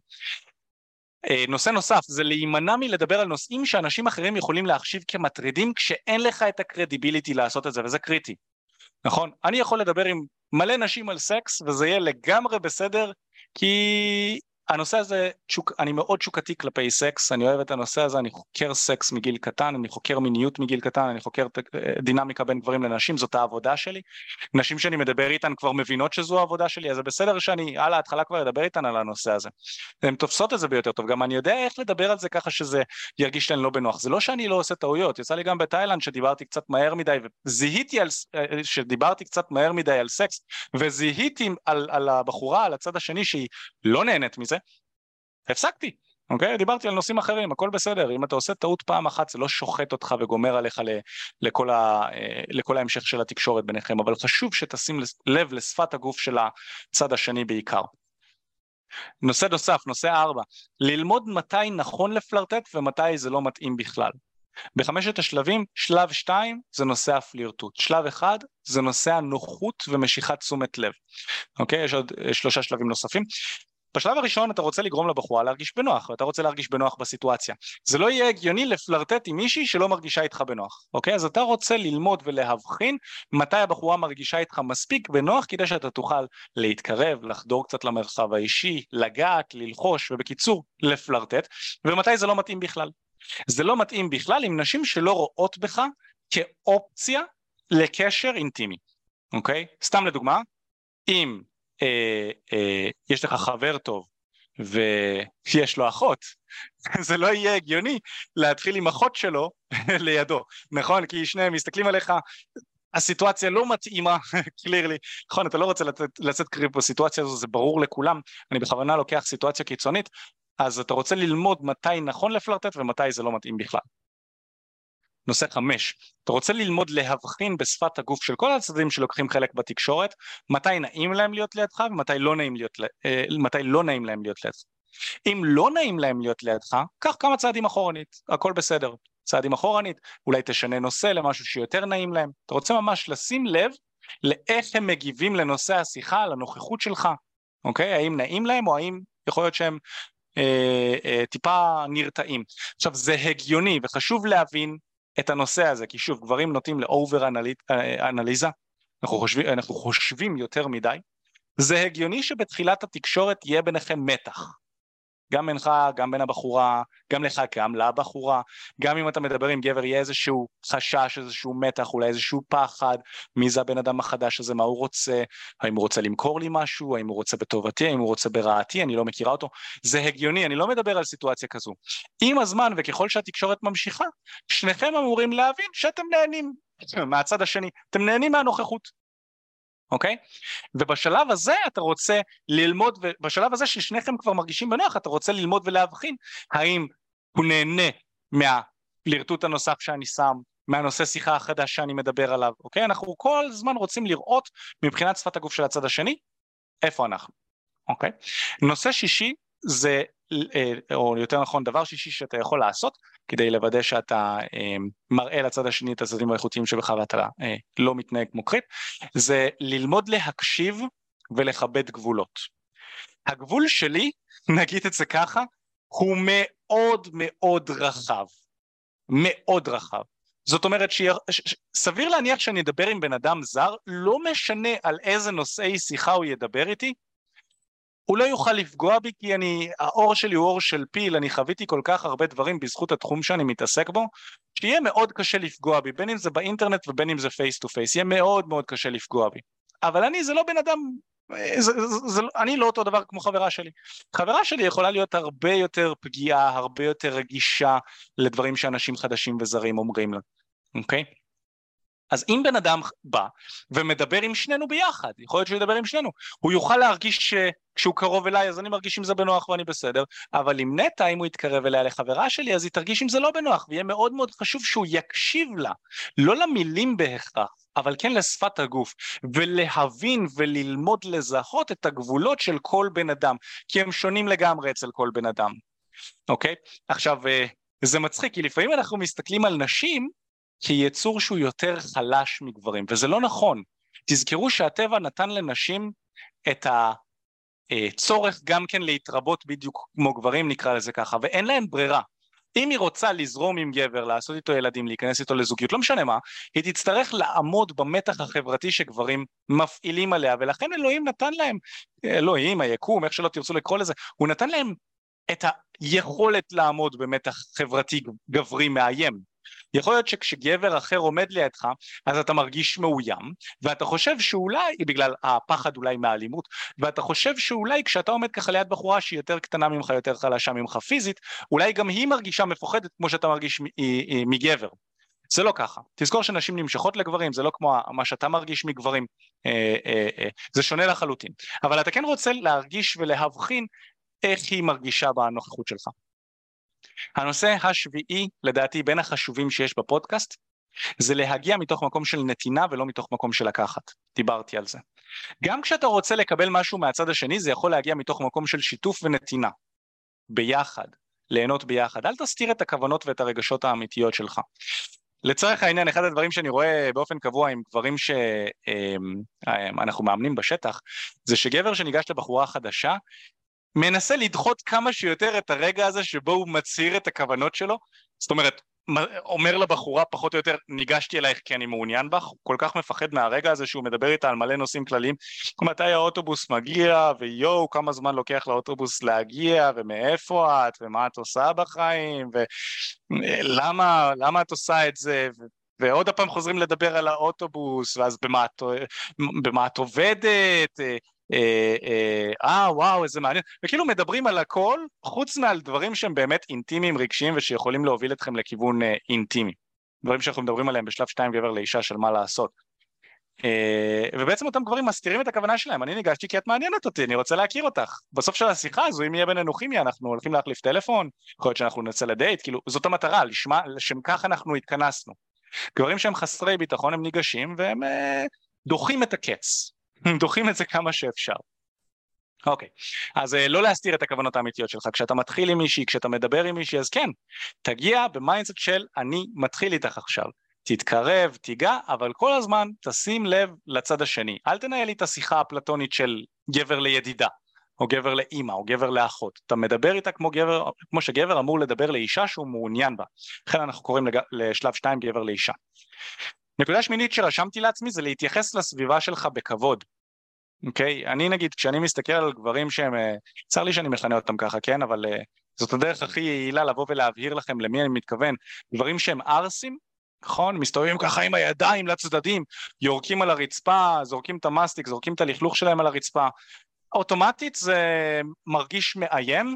נושא נוסף, זה להימנע מלדבר על נושאים שאנשים אחרים יכולים להחשיב כמטרידים, כשאין לך את הקרדיביליטי לעשות את זה, וזה קריטי. נכון? אני יכול לדבר עם מלא נשים על סקס, וזה יהיה לגמרי בסדר, כי הנושא הזה, אני מאוד שוקתי כלפי סקס, אני אוהב את הנושא הזה, אני חוקר סקס מגיל קטן, אני חוקר מיניות מגיל קטן, אני חוקר דינמיקה בין גברים לנשים, זאת העבודה שלי. נשים שאני מדבר איתן כבר מבינות שזו העבודה שלי, אז זה בסדר שאני על ההתחלה כבר אדבר איתן על הנושא הזה. הן תופסות את זה ביותר טוב, גם אני יודע איך לדבר על זה ככה שזה ירגיש להן לא בנוח. זה לא שאני לא עושה טעויות, יצא לי גם בתאילנד שדיברתי קצת מהר מדי, וזיהיתי על, שדיברתי קצת מהר מדי על סקס, וזיהיתי על, על הבחורה, על הצד השני שהיא לא נהנית מזה, הפסקתי, אוקיי? דיברתי על נושאים אחרים, הכל בסדר, אם אתה עושה טעות פעם אחת, זה לא שוחט אותך וגומר עליך לכל, ה, לכל ההמשך של התקשורת ביניכם, אבל חשוב שתשים לב לשפת הגוף של הצד השני בעיקר. נושא נוסף, נושא ארבע, ללמוד מתי נכון לפלרטט ומתי זה לא מתאים בכלל. בחמשת השלבים, שלב שתיים זה נושא הפלירטוט, שלב אחד זה נושא הנוחות ומשיכת תשומת לב, אוקיי? יש עוד שלושה שלבים נוספים. בשלב הראשון אתה רוצה לגרום לבחורה להרגיש בנוח, ואתה רוצה להרגיש בנוח בסיטואציה. זה לא יהיה הגיוני לפלרטט עם מישהי שלא מרגישה איתך בנוח, אוקיי? אז אתה רוצה ללמוד ולהבחין מתי הבחורה מרגישה איתך מספיק בנוח, כדי שאתה תוכל להתקרב, לחדור קצת למרחב האישי, לגעת, ללחוש, ובקיצור, לפלרטט, ומתי זה לא מתאים בכלל. זה לא מתאים בכלל עם נשים שלא רואות בך כאופציה לקשר אינטימי, אוקיי? סתם לדוגמה, אם אה, אה, יש לך חבר טוב ויש לו אחות, זה לא יהיה הגיוני להתחיל עם אחות שלו לידו, נכון? כי שניהם מסתכלים עליך, הסיטואציה לא מתאימה, קלירלי, נכון, אתה לא רוצה לצאת, לצאת קריב בסיטואציה הזו, זה ברור לכולם, אני בכוונה לוקח סיטואציה קיצונית, אז אתה רוצה ללמוד מתי נכון לפלרטט ומתי זה לא מתאים בכלל. נושא חמש, אתה רוצה ללמוד להבחין בשפת הגוף של כל הצדדים שלוקחים חלק בתקשורת, מתי נעים להם להיות לידך ומתי לא נעים, להיות, מתי לא נעים להם להיות לידך. אם לא נעים להם להיות לידך, קח כמה צעדים אחורנית, הכל בסדר. צעדים אחורנית, אולי תשנה נושא למשהו שיותר נעים להם. אתה רוצה ממש לשים לב לאיך הם מגיבים לנושא השיחה, לנוכחות שלך, אוקיי? האם נעים להם או האם יכול להיות שהם אה, אה, טיפה נרתעים. עכשיו זה הגיוני וחשוב להבין את הנושא הזה, כי שוב, גברים נוטים לאובר אנליזה, אנחנו חושבים, אנחנו חושבים יותר מדי, זה הגיוני שבתחילת התקשורת יהיה ביניכם מתח, גם בינך, גם בין הבחורה, גם לך, גם לבחורה, גם אם אתה מדבר עם גבר, יהיה איזשהו חשש, איזשהו מתח, אולי איזשהו פחד, מי זה הבן אדם החדש הזה, מה הוא רוצה, האם הוא רוצה למכור לי משהו, האם הוא רוצה בטובתי, האם הוא רוצה ברעתי, אני לא מכירה אותו, זה הגיוני, אני לא מדבר על סיטואציה כזו. עם הזמן וככל שהתקשורת ממשיכה, שניכם אמורים להבין שאתם נהנים מהצד השני, אתם נהנים מהנוכחות. אוקיי? ובשלב הזה אתה רוצה ללמוד, ובשלב הזה ששניכם כבר מרגישים בנוח, אתה רוצה ללמוד ולהבחין, האם הוא נהנה מהפלירטוט הנוסף שאני שם, מהנושא שיחה החדש שאני מדבר עליו, אוקיי? אנחנו כל הזמן רוצים לראות מבחינת שפת הגוף של הצד השני, איפה אנחנו, אוקיי? נושא שישי זה, או יותר נכון דבר שישי שאתה יכול לעשות, כדי לוודא שאתה אה, מראה לצד השני את הצדדים האיכותיים שבך ואתה אה, לא מתנהג כמו קריפ, זה ללמוד להקשיב ולכבד גבולות. הגבול שלי, נגיד את זה ככה, הוא מאוד מאוד רחב, מאוד רחב. זאת אומרת שסביר להניח שאני אדבר עם בן אדם זר, לא משנה על איזה נושאי שיחה הוא ידבר איתי, הוא לא יוכל לפגוע בי כי אני, האור שלי הוא אור של פיל, אני חוויתי כל כך הרבה דברים בזכות התחום שאני מתעסק בו, שיהיה מאוד קשה לפגוע בי, בין אם זה באינטרנט ובין אם זה פייס טו פייס, יהיה מאוד מאוד קשה לפגוע בי. אבל אני זה לא בן אדם, זה, זה, זה, אני לא אותו דבר כמו חברה שלי. חברה שלי יכולה להיות הרבה יותר פגיעה, הרבה יותר רגישה לדברים שאנשים חדשים וזרים אומרים לה, אוקיי? אז אם בן אדם בא ומדבר עם שנינו ביחד, יכול להיות שהוא ידבר עם שנינו, הוא יוכל להרגיש שכשהוא קרוב אליי, אז אני מרגיש עם זה בנוח ואני בסדר, אבל אם נטע, אם הוא יתקרב אליה לחברה שלי, אז היא תרגיש עם זה לא בנוח, ויהיה מאוד מאוד חשוב שהוא יקשיב לה, לא למילים בהכרח, אבל כן לשפת הגוף, ולהבין וללמוד לזהות את הגבולות של כל בן אדם, כי הם שונים לגמרי אצל כל בן אדם, אוקיי? עכשיו, זה מצחיק, כי לפעמים אנחנו מסתכלים על נשים, כיצור שהוא יותר חלש מגברים, וזה לא נכון. תזכרו שהטבע נתן לנשים את הצורך גם כן להתרבות בדיוק כמו גברים, נקרא לזה ככה, ואין להם ברירה. אם היא רוצה לזרום עם גבר, לעשות איתו ילדים, להיכנס איתו לזוגיות, לא משנה מה, היא תצטרך לעמוד במתח החברתי שגברים מפעילים עליה, ולכן אלוהים נתן להם, אלוהים, היקום, איך שלא תרצו לקרוא לזה, הוא נתן להם את היכולת לעמוד במתח חברתי גברי מאיים. יכול להיות שכשגבר אחר עומד לידך, אז אתה מרגיש מאוים, ואתה חושב שאולי, בגלל הפחד אולי מהאלימות, ואתה חושב שאולי כשאתה עומד ככה ליד בחורה שהיא יותר קטנה ממך, יותר חלשה ממך פיזית, אולי גם היא מרגישה מפוחדת כמו שאתה מרגיש מגבר. זה לא ככה. תזכור שנשים נמשכות לגברים, זה לא כמו מה שאתה מרגיש מגברים, זה שונה לחלוטין. אבל אתה כן רוצה להרגיש ולהבחין איך היא מרגישה בנוכחות שלך. הנושא השביעי, לדעתי, בין החשובים שיש בפודקאסט, זה להגיע מתוך מקום של נתינה ולא מתוך מקום של לקחת. דיברתי על זה. גם כשאתה רוצה לקבל משהו מהצד השני, זה יכול להגיע מתוך מקום של שיתוף ונתינה. ביחד, ליהנות ביחד. אל תסתיר את הכוונות ואת הרגשות האמיתיות שלך. לצורך העניין, אחד הדברים שאני רואה באופן קבוע עם גברים שאנחנו מאמנים בשטח, זה שגבר שניגש לבחורה חדשה, מנסה לדחות כמה שיותר את הרגע הזה שבו הוא מצהיר את הכוונות שלו, זאת אומרת, אומר לבחורה פחות או יותר, ניגשתי אלייך כי אני מעוניין בך, הוא כל כך מפחד מהרגע הזה שהוא מדבר איתה על מלא נושאים כלליים, מתי האוטובוס מגיע, ויואו, כמה זמן לוקח לאוטובוס להגיע, ומאיפה את, ומה את עושה בחיים, ולמה, למה את עושה את זה, ו... ועוד הפעם חוזרים לדבר על האוטובוס, ואז במה את, במה את עובדת, אה, אה, אה, וואו, איזה מעניין, וכאילו מדברים על הכל, חוץ מעל דברים שהם באמת אינטימיים, רגשיים, ושיכולים להוביל אתכם לכיוון אה, אינטימי. דברים שאנחנו מדברים עליהם בשלב שתיים גבר לאישה של מה לעשות. אה, ובעצם אותם גברים מסתירים את הכוונה שלהם, אני ניגשתי כי את מעניינת אותי, אני רוצה להכיר אותך. בסוף של השיחה הזו, אם יהיה בינינו כימיה, אנחנו הולכים להחליף טלפון, יכול להיות שאנחנו נצא לדייט, כאילו, זאת המטרה, לשמה, לשם כך אנחנו התכנסנו. גברים שהם חסרי ביטחון, הם ניגשים, והם אה, דוחים את הקץ. דוחים את זה כמה שאפשר. אוקיי, אז לא להסתיר את הכוונות האמיתיות שלך, כשאתה מתחיל עם מישהי, כשאתה מדבר עם מישהי, אז כן, תגיע במיינדסט של אני מתחיל איתך עכשיו, תתקרב, תיגע, אבל כל הזמן תשים לב לצד השני, אל תנהל לי את השיחה הפלטונית של גבר לידידה, או גבר לאמא, או גבר לאחות, אתה מדבר איתה כמו גבר, כמו שגבר אמור לדבר לאישה שהוא מעוניין בה, לכן אנחנו קוראים לג... לשלב שתיים גבר לאישה. נקודה שמינית שרשמתי לעצמי זה להתייחס לסביבה שלך בכבוד. אוקיי? אני נגיד, כשאני מסתכל על גברים שהם, צר לי שאני מכנה אותם ככה, כן? אבל זאת הדרך הכי יעילה לבוא ולהבהיר לכם למי אני מתכוון. גברים שהם ארסים, נכון? מסתובבים ככה עם הידיים לצדדים, יורקים על הרצפה, זורקים את המסטיק, זורקים את הלכלוך שלהם על הרצפה. אוטומטית זה מרגיש מאיים,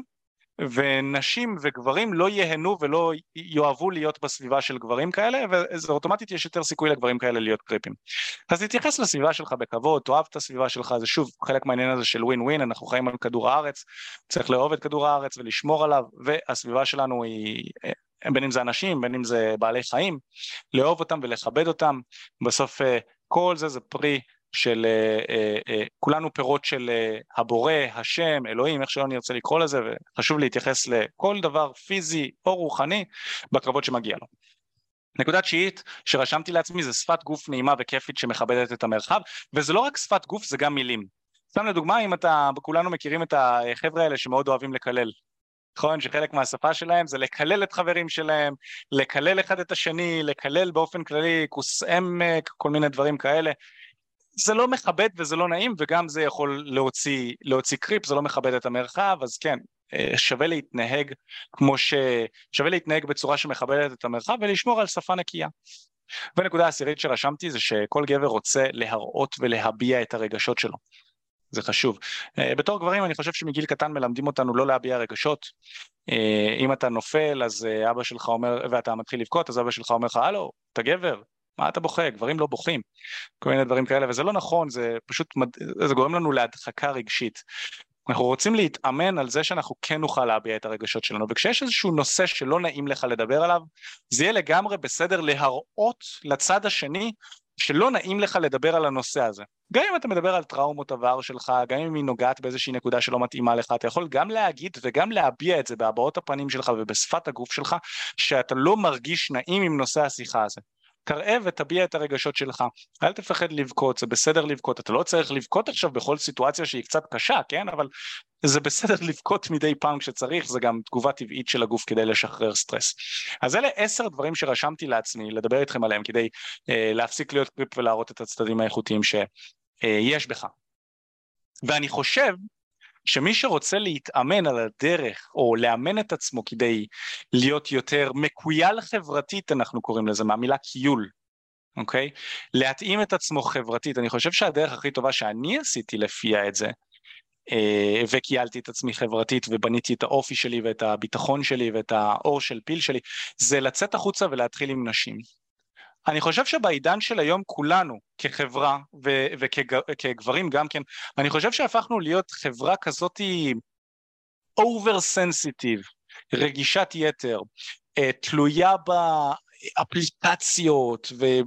ונשים וגברים לא יהנו ולא יאהבו להיות בסביבה של גברים כאלה, וזה אוטומטית יש יותר סיכוי לגברים כאלה להיות קריפים. אז תתייחס לסביבה שלך בכבוד, תאהב את הסביבה שלך, זה שוב חלק מהעניין הזה של ווין ווין, אנחנו חיים על כדור הארץ, צריך לאהוב את כדור הארץ ולשמור עליו, והסביבה שלנו היא, בין אם זה אנשים, בין אם זה בעלי חיים, לאהוב אותם ולכבד אותם, בסוף כל זה זה פרי, של uh, uh, uh, כולנו פירות של uh, הבורא, השם, אלוהים, איך שלא נרצה לקרוא לזה, וחשוב להתייחס לכל דבר פיזי או רוחני בקרבות שמגיע לו. נקודה תשיעית שרשמתי לעצמי זה שפת גוף נעימה וכיפית שמכבדת את המרחב, וזה לא רק שפת גוף, זה גם מילים. סתם לדוגמה, אם אתה, כולנו מכירים את החבר'ה האלה שמאוד אוהבים לקלל, נכון? שחלק מהשפה שלהם זה לקלל את חברים שלהם, לקלל אחד את השני, לקלל באופן כללי, כוס עמק, כל מיני דברים כאלה. זה לא מכבד וזה לא נעים, וגם זה יכול להוציא, להוציא קריפ, זה לא מכבד את המרחב, אז כן, שווה להתנהג כמו ש... שווה להתנהג בצורה שמכבדת את המרחב, ולשמור על שפה נקייה. ונקודה עשירית שרשמתי זה שכל גבר רוצה להראות ולהביע את הרגשות שלו. זה חשוב. בתור גברים אני חושב שמגיל קטן מלמדים אותנו לא להביע רגשות. אם אתה נופל, אז אבא שלך אומר, ואתה מתחיל לבכות, אז אבא שלך אומר לך, הלו, אתה גבר. מה אתה בוכה? גברים לא בוכים, כל מיני דברים כאלה, וזה לא נכון, זה פשוט, זה גורם לנו להדחקה רגשית. אנחנו רוצים להתאמן על זה שאנחנו כן נוכל להביע את הרגשות שלנו, וכשיש איזשהו נושא שלא נעים לך לדבר עליו, זה יהיה לגמרי בסדר להראות לצד השני שלא נעים לך לדבר על הנושא הזה. גם אם אתה מדבר על טראומות עבר שלך, גם אם היא נוגעת באיזושהי נקודה שלא מתאימה לך, אתה יכול גם להגיד וגם להביע את זה בהבעות הפנים שלך ובשפת הגוף שלך, שאתה לא מרגיש נעים עם נושא השיחה הזה. תראה ותביע את הרגשות שלך, אל תפחד לבכות, זה בסדר לבכות, אתה לא צריך לבכות עכשיו בכל סיטואציה שהיא קצת קשה, כן? אבל זה בסדר לבכות מדי פעם כשצריך, זה גם תגובה טבעית של הגוף כדי לשחרר סטרס. אז אלה עשר דברים שרשמתי לעצמי, לדבר איתכם עליהם, כדי אה, להפסיק להיות קריפ ולהראות את הצדדים האיכותיים שיש בך. ואני חושב, שמי שרוצה להתאמן על הדרך, או לאמן את עצמו כדי להיות יותר מקוייל חברתית, אנחנו קוראים לזה, מהמילה קיול, אוקיי? להתאים את עצמו חברתית, אני חושב שהדרך הכי טובה שאני עשיתי לפיה את זה, וקיילתי את עצמי חברתית, ובניתי את האופי שלי, ואת הביטחון שלי, ואת האור של פיל שלי, זה לצאת החוצה ולהתחיל עם נשים. אני חושב שבעידן של היום כולנו כחברה וכגברים גם כן, אני חושב שהפכנו להיות חברה כזאת over sensitive, רגישת יתר, תלויה באפליקציות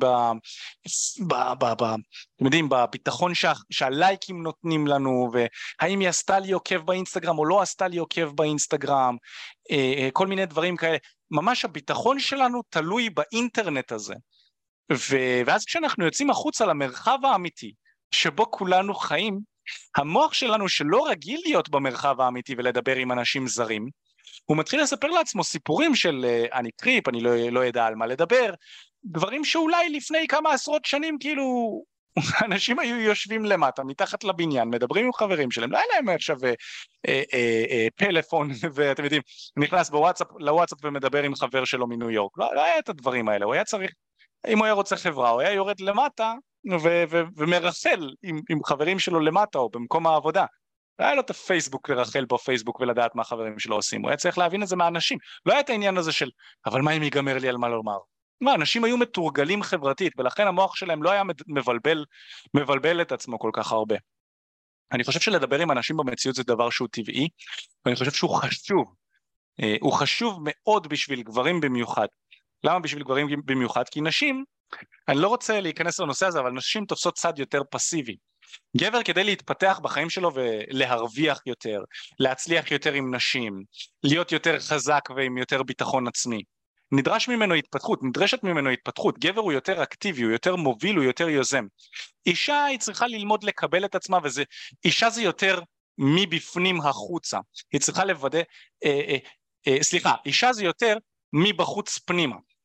ובביטחון שהלייקים נותנים לנו, והאם היא עשתה לי עוקב באינסטגרם או לא עשתה לי עוקב באינסטגרם, כל מיני דברים כאלה. ממש הביטחון שלנו תלוי באינטרנט הזה. ואז כשאנחנו יוצאים החוצה למרחב האמיתי, שבו כולנו חיים, המוח שלנו שלא רגיל להיות במרחב האמיתי ולדבר עם אנשים זרים, הוא מתחיל לספר לעצמו סיפורים של אני קריפ, אני לא, לא ידע על מה לדבר, דברים שאולי לפני כמה עשרות שנים כאילו אנשים היו יושבים למטה, מתחת לבניין, מדברים עם חברים שלהם, לא היה להם עכשיו אה, אה, אה, פלאפון, ואתם יודעים, נכנס בוואטסאפ, לוואטסאפ ומדבר עם חבר שלו מניו יורק, לא, לא היה את הדברים האלה, הוא היה צריך, אם הוא היה רוצה חברה, הוא היה יורד למטה, ו- ו- ומרחל עם, עם חברים שלו למטה, או במקום העבודה. לא היה לו את הפייסבוק לרחל בו פייסבוק ולדעת מה החברים שלו עושים, הוא היה צריך להבין את זה מהאנשים. לא היה את העניין הזה של, אבל מה אם ייגמר לי על מה לומר? מה, אנשים היו מתורגלים חברתית, ולכן המוח שלהם לא היה מבלבל, מבלבל את עצמו כל כך הרבה. אני חושב שלדבר עם אנשים במציאות זה דבר שהוא טבעי, ואני חושב שהוא חשוב. הוא חשוב מאוד בשביל גברים במיוחד. למה בשביל גברים במיוחד? כי נשים, אני לא רוצה להיכנס לנושא הזה, אבל נשים תופסות צד יותר פסיבי. גבר כדי להתפתח בחיים שלו ולהרוויח יותר, להצליח יותר עם נשים, להיות יותר חזק ועם יותר ביטחון עצמי. נדרש ממנו התפתחות, נדרשת ממנו התפתחות, גבר הוא יותר אקטיבי, הוא יותר מוביל, הוא יותר יוזם. אישה היא צריכה ללמוד לקבל את עצמה, וזה, אישה זה יותר מבפנים החוצה, היא צריכה לוודא, אה, אה, אה, סליחה, אישה זה יותר מבחוץ פנימה,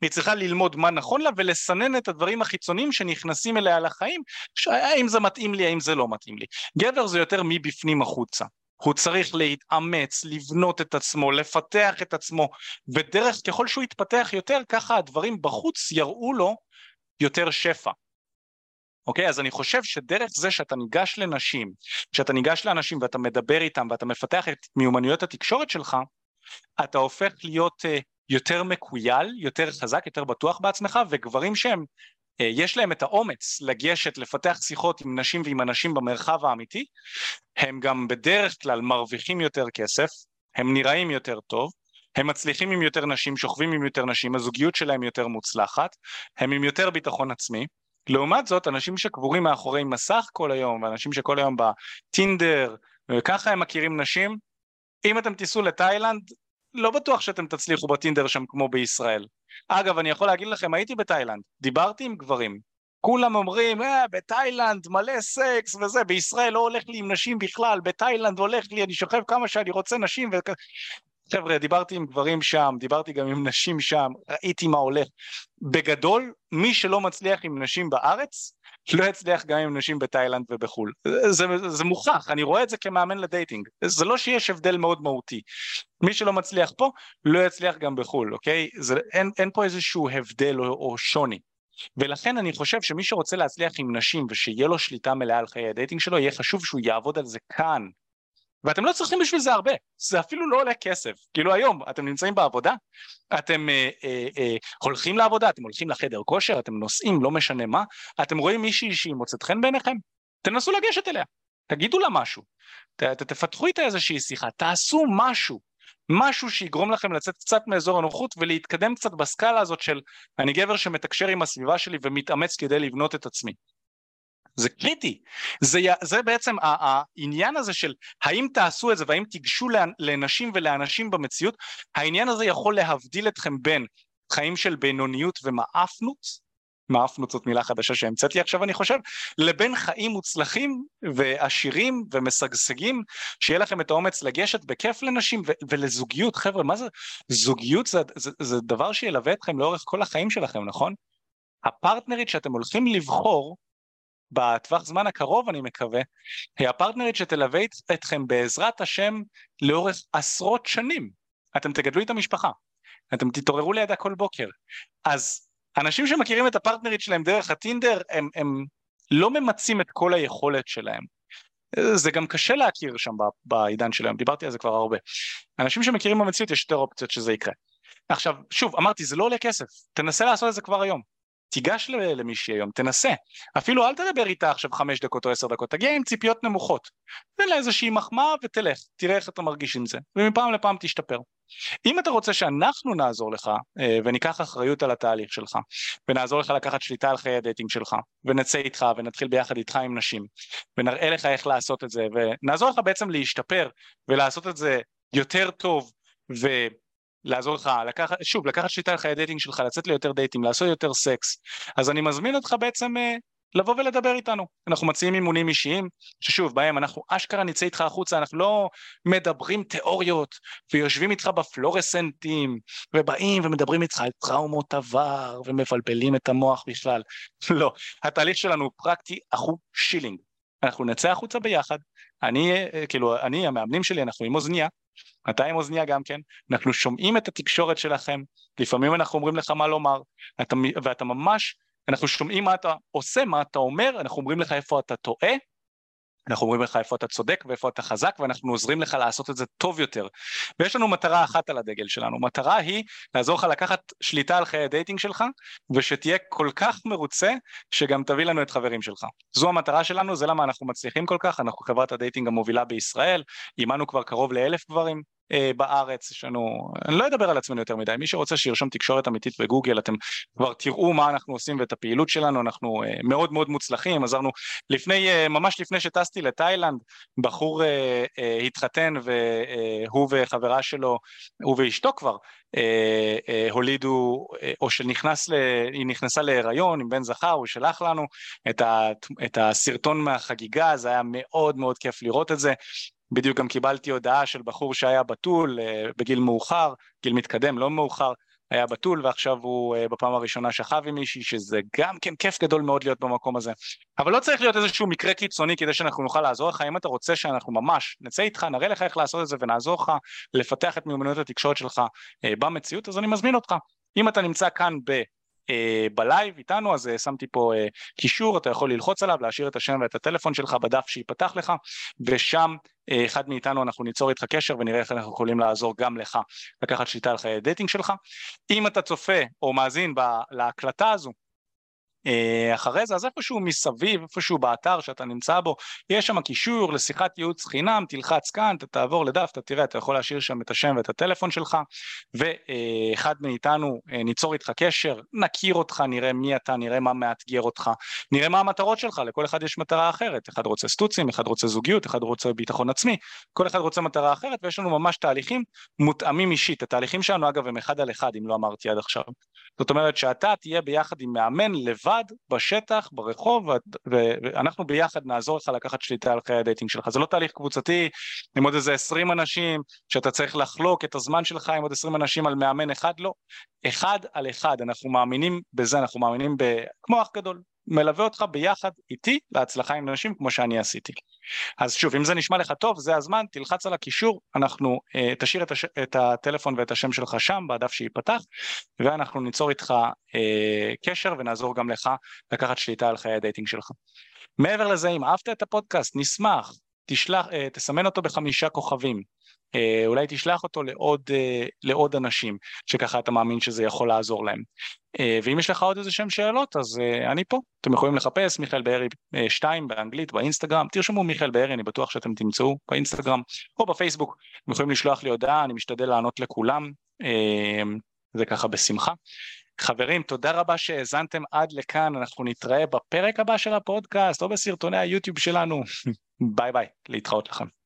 היא צריכה ללמוד מה נכון לה ולסנן את הדברים החיצוניים שנכנסים אליה לחיים, האם זה מתאים לי, האם זה לא מתאים לי. גבר זה יותר מבפנים החוצה. הוא צריך להתאמץ, לבנות את עצמו, לפתח את עצמו, ודרך ככל שהוא יתפתח יותר, ככה הדברים בחוץ יראו לו יותר שפע. אוקיי, אז אני חושב שדרך זה שאתה ניגש לנשים, שאתה ניגש לאנשים ואתה מדבר איתם ואתה מפתח את מיומנויות התקשורת שלך, אתה הופך להיות uh, יותר מקוייל, יותר חזק, יותר בטוח בעצמך, וגברים שהם, uh, יש להם את האומץ לגשת, לפתח שיחות עם נשים ועם אנשים במרחב האמיתי, הם גם בדרך כלל מרוויחים יותר כסף, הם נראים יותר טוב, הם מצליחים עם יותר נשים, שוכבים עם יותר נשים, הזוגיות שלהם יותר מוצלחת, הם עם יותר ביטחון עצמי. לעומת זאת, אנשים שקבורים מאחורי מסך כל היום, ואנשים שכל היום בטינדר, וככה הם מכירים נשים, אם אתם תיסעו לתאילנד, לא בטוח שאתם תצליחו בטינדר שם כמו בישראל. אגב, אני יכול להגיד לכם, הייתי בתאילנד, דיברתי עם גברים, כולם אומרים, אה, בתאילנד מלא סקס וזה, בישראל לא הולך לי עם נשים בכלל, בתאילנד הולך לי, אני שוכב כמה שאני רוצה נשים, ו... חבר'ה, דיברתי עם גברים שם, דיברתי גם עם נשים שם, ראיתי מה הולך. בגדול, מי שלא מצליח עם נשים בארץ, לא יצליח גם עם נשים בתאילנד ובחול. זה, זה מוכח, אני רואה את זה כמאמן לדייטינג. זה לא שיש הבדל מאוד מהותי. מי שלא מצליח פה, לא יצליח גם בחול, אוקיי? זה, אין, אין פה איזשהו הבדל או, או שוני. ולכן אני חושב שמי שרוצה להצליח עם נשים, ושיהיה לו שליטה מלאה על חיי הדייטינג שלו, יהיה חשוב שהוא יעבוד על זה כאן. ואתם לא צריכים בשביל זה הרבה, זה אפילו לא עולה כסף, כאילו היום אתם נמצאים בעבודה, אתם אה, אה, אה, הולכים לעבודה, אתם הולכים לחדר כושר, אתם נוסעים, לא משנה מה, אתם רואים מישהי שהיא מוצאת חן בעיניכם, תנסו לגשת אליה, תגידו לה משהו, ת, ת, תפתחו איתה איזושהי שיחה, תעשו משהו, משהו שיגרום לכם לצאת קצת מאזור הנוחות ולהתקדם קצת בסקאלה הזאת של אני גבר שמתקשר עם הסביבה שלי ומתאמץ כדי לבנות את עצמי. זה קריטי, זה, זה בעצם העניין הזה של האם תעשו את זה והאם תיגשו לנשים ולאנשים במציאות, העניין הזה יכול להבדיל אתכם בין חיים של בינוניות ומאפנות, מאפנות זאת מילה חדשה שהמצאתי עכשיו אני חושב, לבין חיים מוצלחים ועשירים ומשגשגים, שיהיה לכם את האומץ לגשת בכיף לנשים ו- ולזוגיות. חבר'ה, מה זה? זוגיות זה, זה, זה דבר שילווה אתכם לאורך כל החיים שלכם, נכון? הפרטנרית שאתם הולכים לבחור, בטווח זמן הקרוב אני מקווה, היא הפרטנרית שתלווה אתכם בעזרת השם לאורך עשרות שנים. אתם תגדלו את המשפחה, אתם תתעוררו לידה כל בוקר. אז אנשים שמכירים את הפרטנרית שלהם דרך הטינדר, הם, הם לא ממצים את כל היכולת שלהם. זה גם קשה להכיר שם בעידן שלהם, דיברתי על זה כבר הרבה. אנשים שמכירים במציאות יש יותר אופציות שזה יקרה. עכשיו, שוב, אמרתי, זה לא עולה כסף, תנסה לעשות את זה כבר היום. תיגש למישהי היום, תנסה, אפילו אל תדבר איתה עכשיו חמש דקות או עשר דקות, תגיע עם ציפיות נמוכות, תן לה איזושהי מחמאה ותלך, תראה איך אתה מרגיש עם זה, ומפעם לפעם תשתפר. אם אתה רוצה שאנחנו נעזור לך, וניקח אחריות על התהליך שלך, ונעזור לך לקחת שליטה על חיי הדייטינג שלך, ונצא איתך ונתחיל ביחד איתך עם נשים, ונראה לך איך לעשות את זה, ונעזור לך בעצם להשתפר, ולעשות את זה יותר טוב, ו... לעזור לך, לקחת, שוב, לקחת שליטה על חיי הדייטינג שלך, לצאת ליותר דייטים, לעשות יותר סקס, אז אני מזמין אותך בעצם אה, לבוא ולדבר איתנו. אנחנו מציעים אימונים אישיים, ששוב, בהם אנחנו אשכרה נצא איתך החוצה, אנחנו לא מדברים תיאוריות, ויושבים איתך בפלורסנטים, ובאים ומדברים איתך על טראומות עבר, ומבלבלים את המוח בכלל. לא, התהליך שלנו הוא פרקטי, אחו שילינג. אנחנו נצא החוצה ביחד, אני, כאילו, אני, המאמנים שלי, אנחנו עם אוזניה, אתה עם אוזניה גם כן, אנחנו שומעים את התקשורת שלכם, לפעמים אנחנו אומרים לך מה לומר, אתה, ואתה ממש, אנחנו שומעים מה אתה עושה, מה אתה אומר, אנחנו אומרים לך איפה אתה טועה, אנחנו אומרים לך איפה אתה צודק ואיפה אתה חזק, ואנחנו עוזרים לך לעשות את זה טוב יותר. ויש לנו מטרה אחת על הדגל שלנו, מטרה היא לעזור לך לקחת שליטה על חיי הדייטינג שלך, ושתהיה כל כך מרוצה, שגם תביא לנו את חברים שלך. זו המטרה שלנו, זה למה אנחנו מצליחים כל כך, אנחנו חברת הדייטינג המובילה בישראל, אימנו כבר קרוב לאלף גברים, בארץ, יש לנו, אני לא אדבר על עצמנו יותר מדי, מי שרוצה שירשום תקשורת אמיתית בגוגל, אתם כבר תראו מה אנחנו עושים ואת הפעילות שלנו, אנחנו מאוד מאוד מוצלחים, עזרנו לפני, ממש לפני שטסתי לתאילנד, בחור התחתן והוא וחברה שלו, הוא ואשתו כבר, הולידו, או שנכנס, היא נכנסה להיריון עם בן זכר, הוא שלח לנו את, ה, את הסרטון מהחגיגה, זה היה מאוד מאוד כיף לראות את זה, בדיוק גם קיבלתי הודעה של בחור שהיה בתול בגיל מאוחר, גיל מתקדם, לא מאוחר, היה בתול, ועכשיו הוא בפעם הראשונה שכב עם מישהי, שזה גם כן כיף גדול מאוד להיות במקום הזה. אבל לא צריך להיות איזשהו מקרה קיצוני כדי שאנחנו נוכל לעזור לך. אם אתה רוצה שאנחנו ממש נצא איתך, נראה לך איך לעשות את זה ונעזור לך לפתח את מיומנויות התקשורת שלך במציאות, אז אני מזמין אותך. אם אתה נמצא כאן ב... בלייב איתנו, אז שמתי פה קישור, אתה יכול ללחוץ עליו, להשאיר את השם ואת הטלפון שלך בדף שיפתח לך, ושם אחד מאיתנו אנחנו ניצור איתך קשר ונראה איך אנחנו יכולים לעזור גם לך לקחת שליטה על חיי הדייטינג שלך. אם אתה צופה או מאזין להקלטה הזו אחרי זה, אז איפשהו מסביב, איפשהו באתר שאתה נמצא בו, יש שם קישור לשיחת ייעוץ חינם, תלחץ כאן, אתה תעבור לדף, אתה תראה, אתה יכול להשאיר שם את השם ואת הטלפון שלך, ואחד מאיתנו ניצור איתך קשר, נכיר אותך, נראה מי אתה, נראה מה מאתגר אותך, נראה מה המטרות שלך, לכל אחד יש מטרה אחרת, אחד רוצה סטוצים, אחד רוצה זוגיות, אחד רוצה ביטחון עצמי, כל אחד רוצה מטרה אחרת, ויש לנו ממש תהליכים מותאמים אישית. התהליכים שלנו אגב הם אחד על אחד, אם לא אמרתי עד עכשיו. זאת אומרת שאתה תהיה ביחד עם מאמן לבד בשטח, ברחוב, ואנחנו ביחד נעזור לך לקחת שליטה על חיי הדייטינג שלך. זה לא תהליך קבוצתי עם עוד איזה עשרים אנשים שאתה צריך לחלוק את הזמן שלך עם עוד עשרים אנשים על מאמן אחד, לא. אחד על אחד, אנחנו מאמינים בזה, אנחנו מאמינים ב... כמו אח גדול, מלווה אותך ביחד איתי להצלחה עם אנשים כמו שאני עשיתי. אז שוב, אם זה נשמע לך טוב, זה הזמן, תלחץ על הקישור, אנחנו uh, תשאיר את, הש... את הטלפון ואת השם שלך שם, בדף שיפתח, ואנחנו ניצור איתך uh, קשר ונעזור גם לך לקחת שליטה על חיי הדייטינג שלך. מעבר לזה, אם אהבת את הפודקאסט, נשמח, תשלח, uh, תסמן אותו בחמישה כוכבים, uh, אולי תשלח אותו לעוד, uh, לעוד אנשים, שככה אתה מאמין שזה יכול לעזור להם. ואם יש לך עוד איזה שם שאלות, אז אני פה. אתם יכולים לחפש מיכאל בארי שתיים באנגלית, באינסטגרם, תרשמו מיכאל בארי, אני בטוח שאתם תמצאו באינסטגרם או בפייסבוק, אתם יכולים לשלוח לי הודעה, אני משתדל לענות לכולם, זה ככה בשמחה. חברים, תודה רבה שהאזנתם עד לכאן, אנחנו נתראה בפרק הבא של הפודקאסט, או בסרטוני היוטיוב שלנו. ביי ביי, להתראות לכם.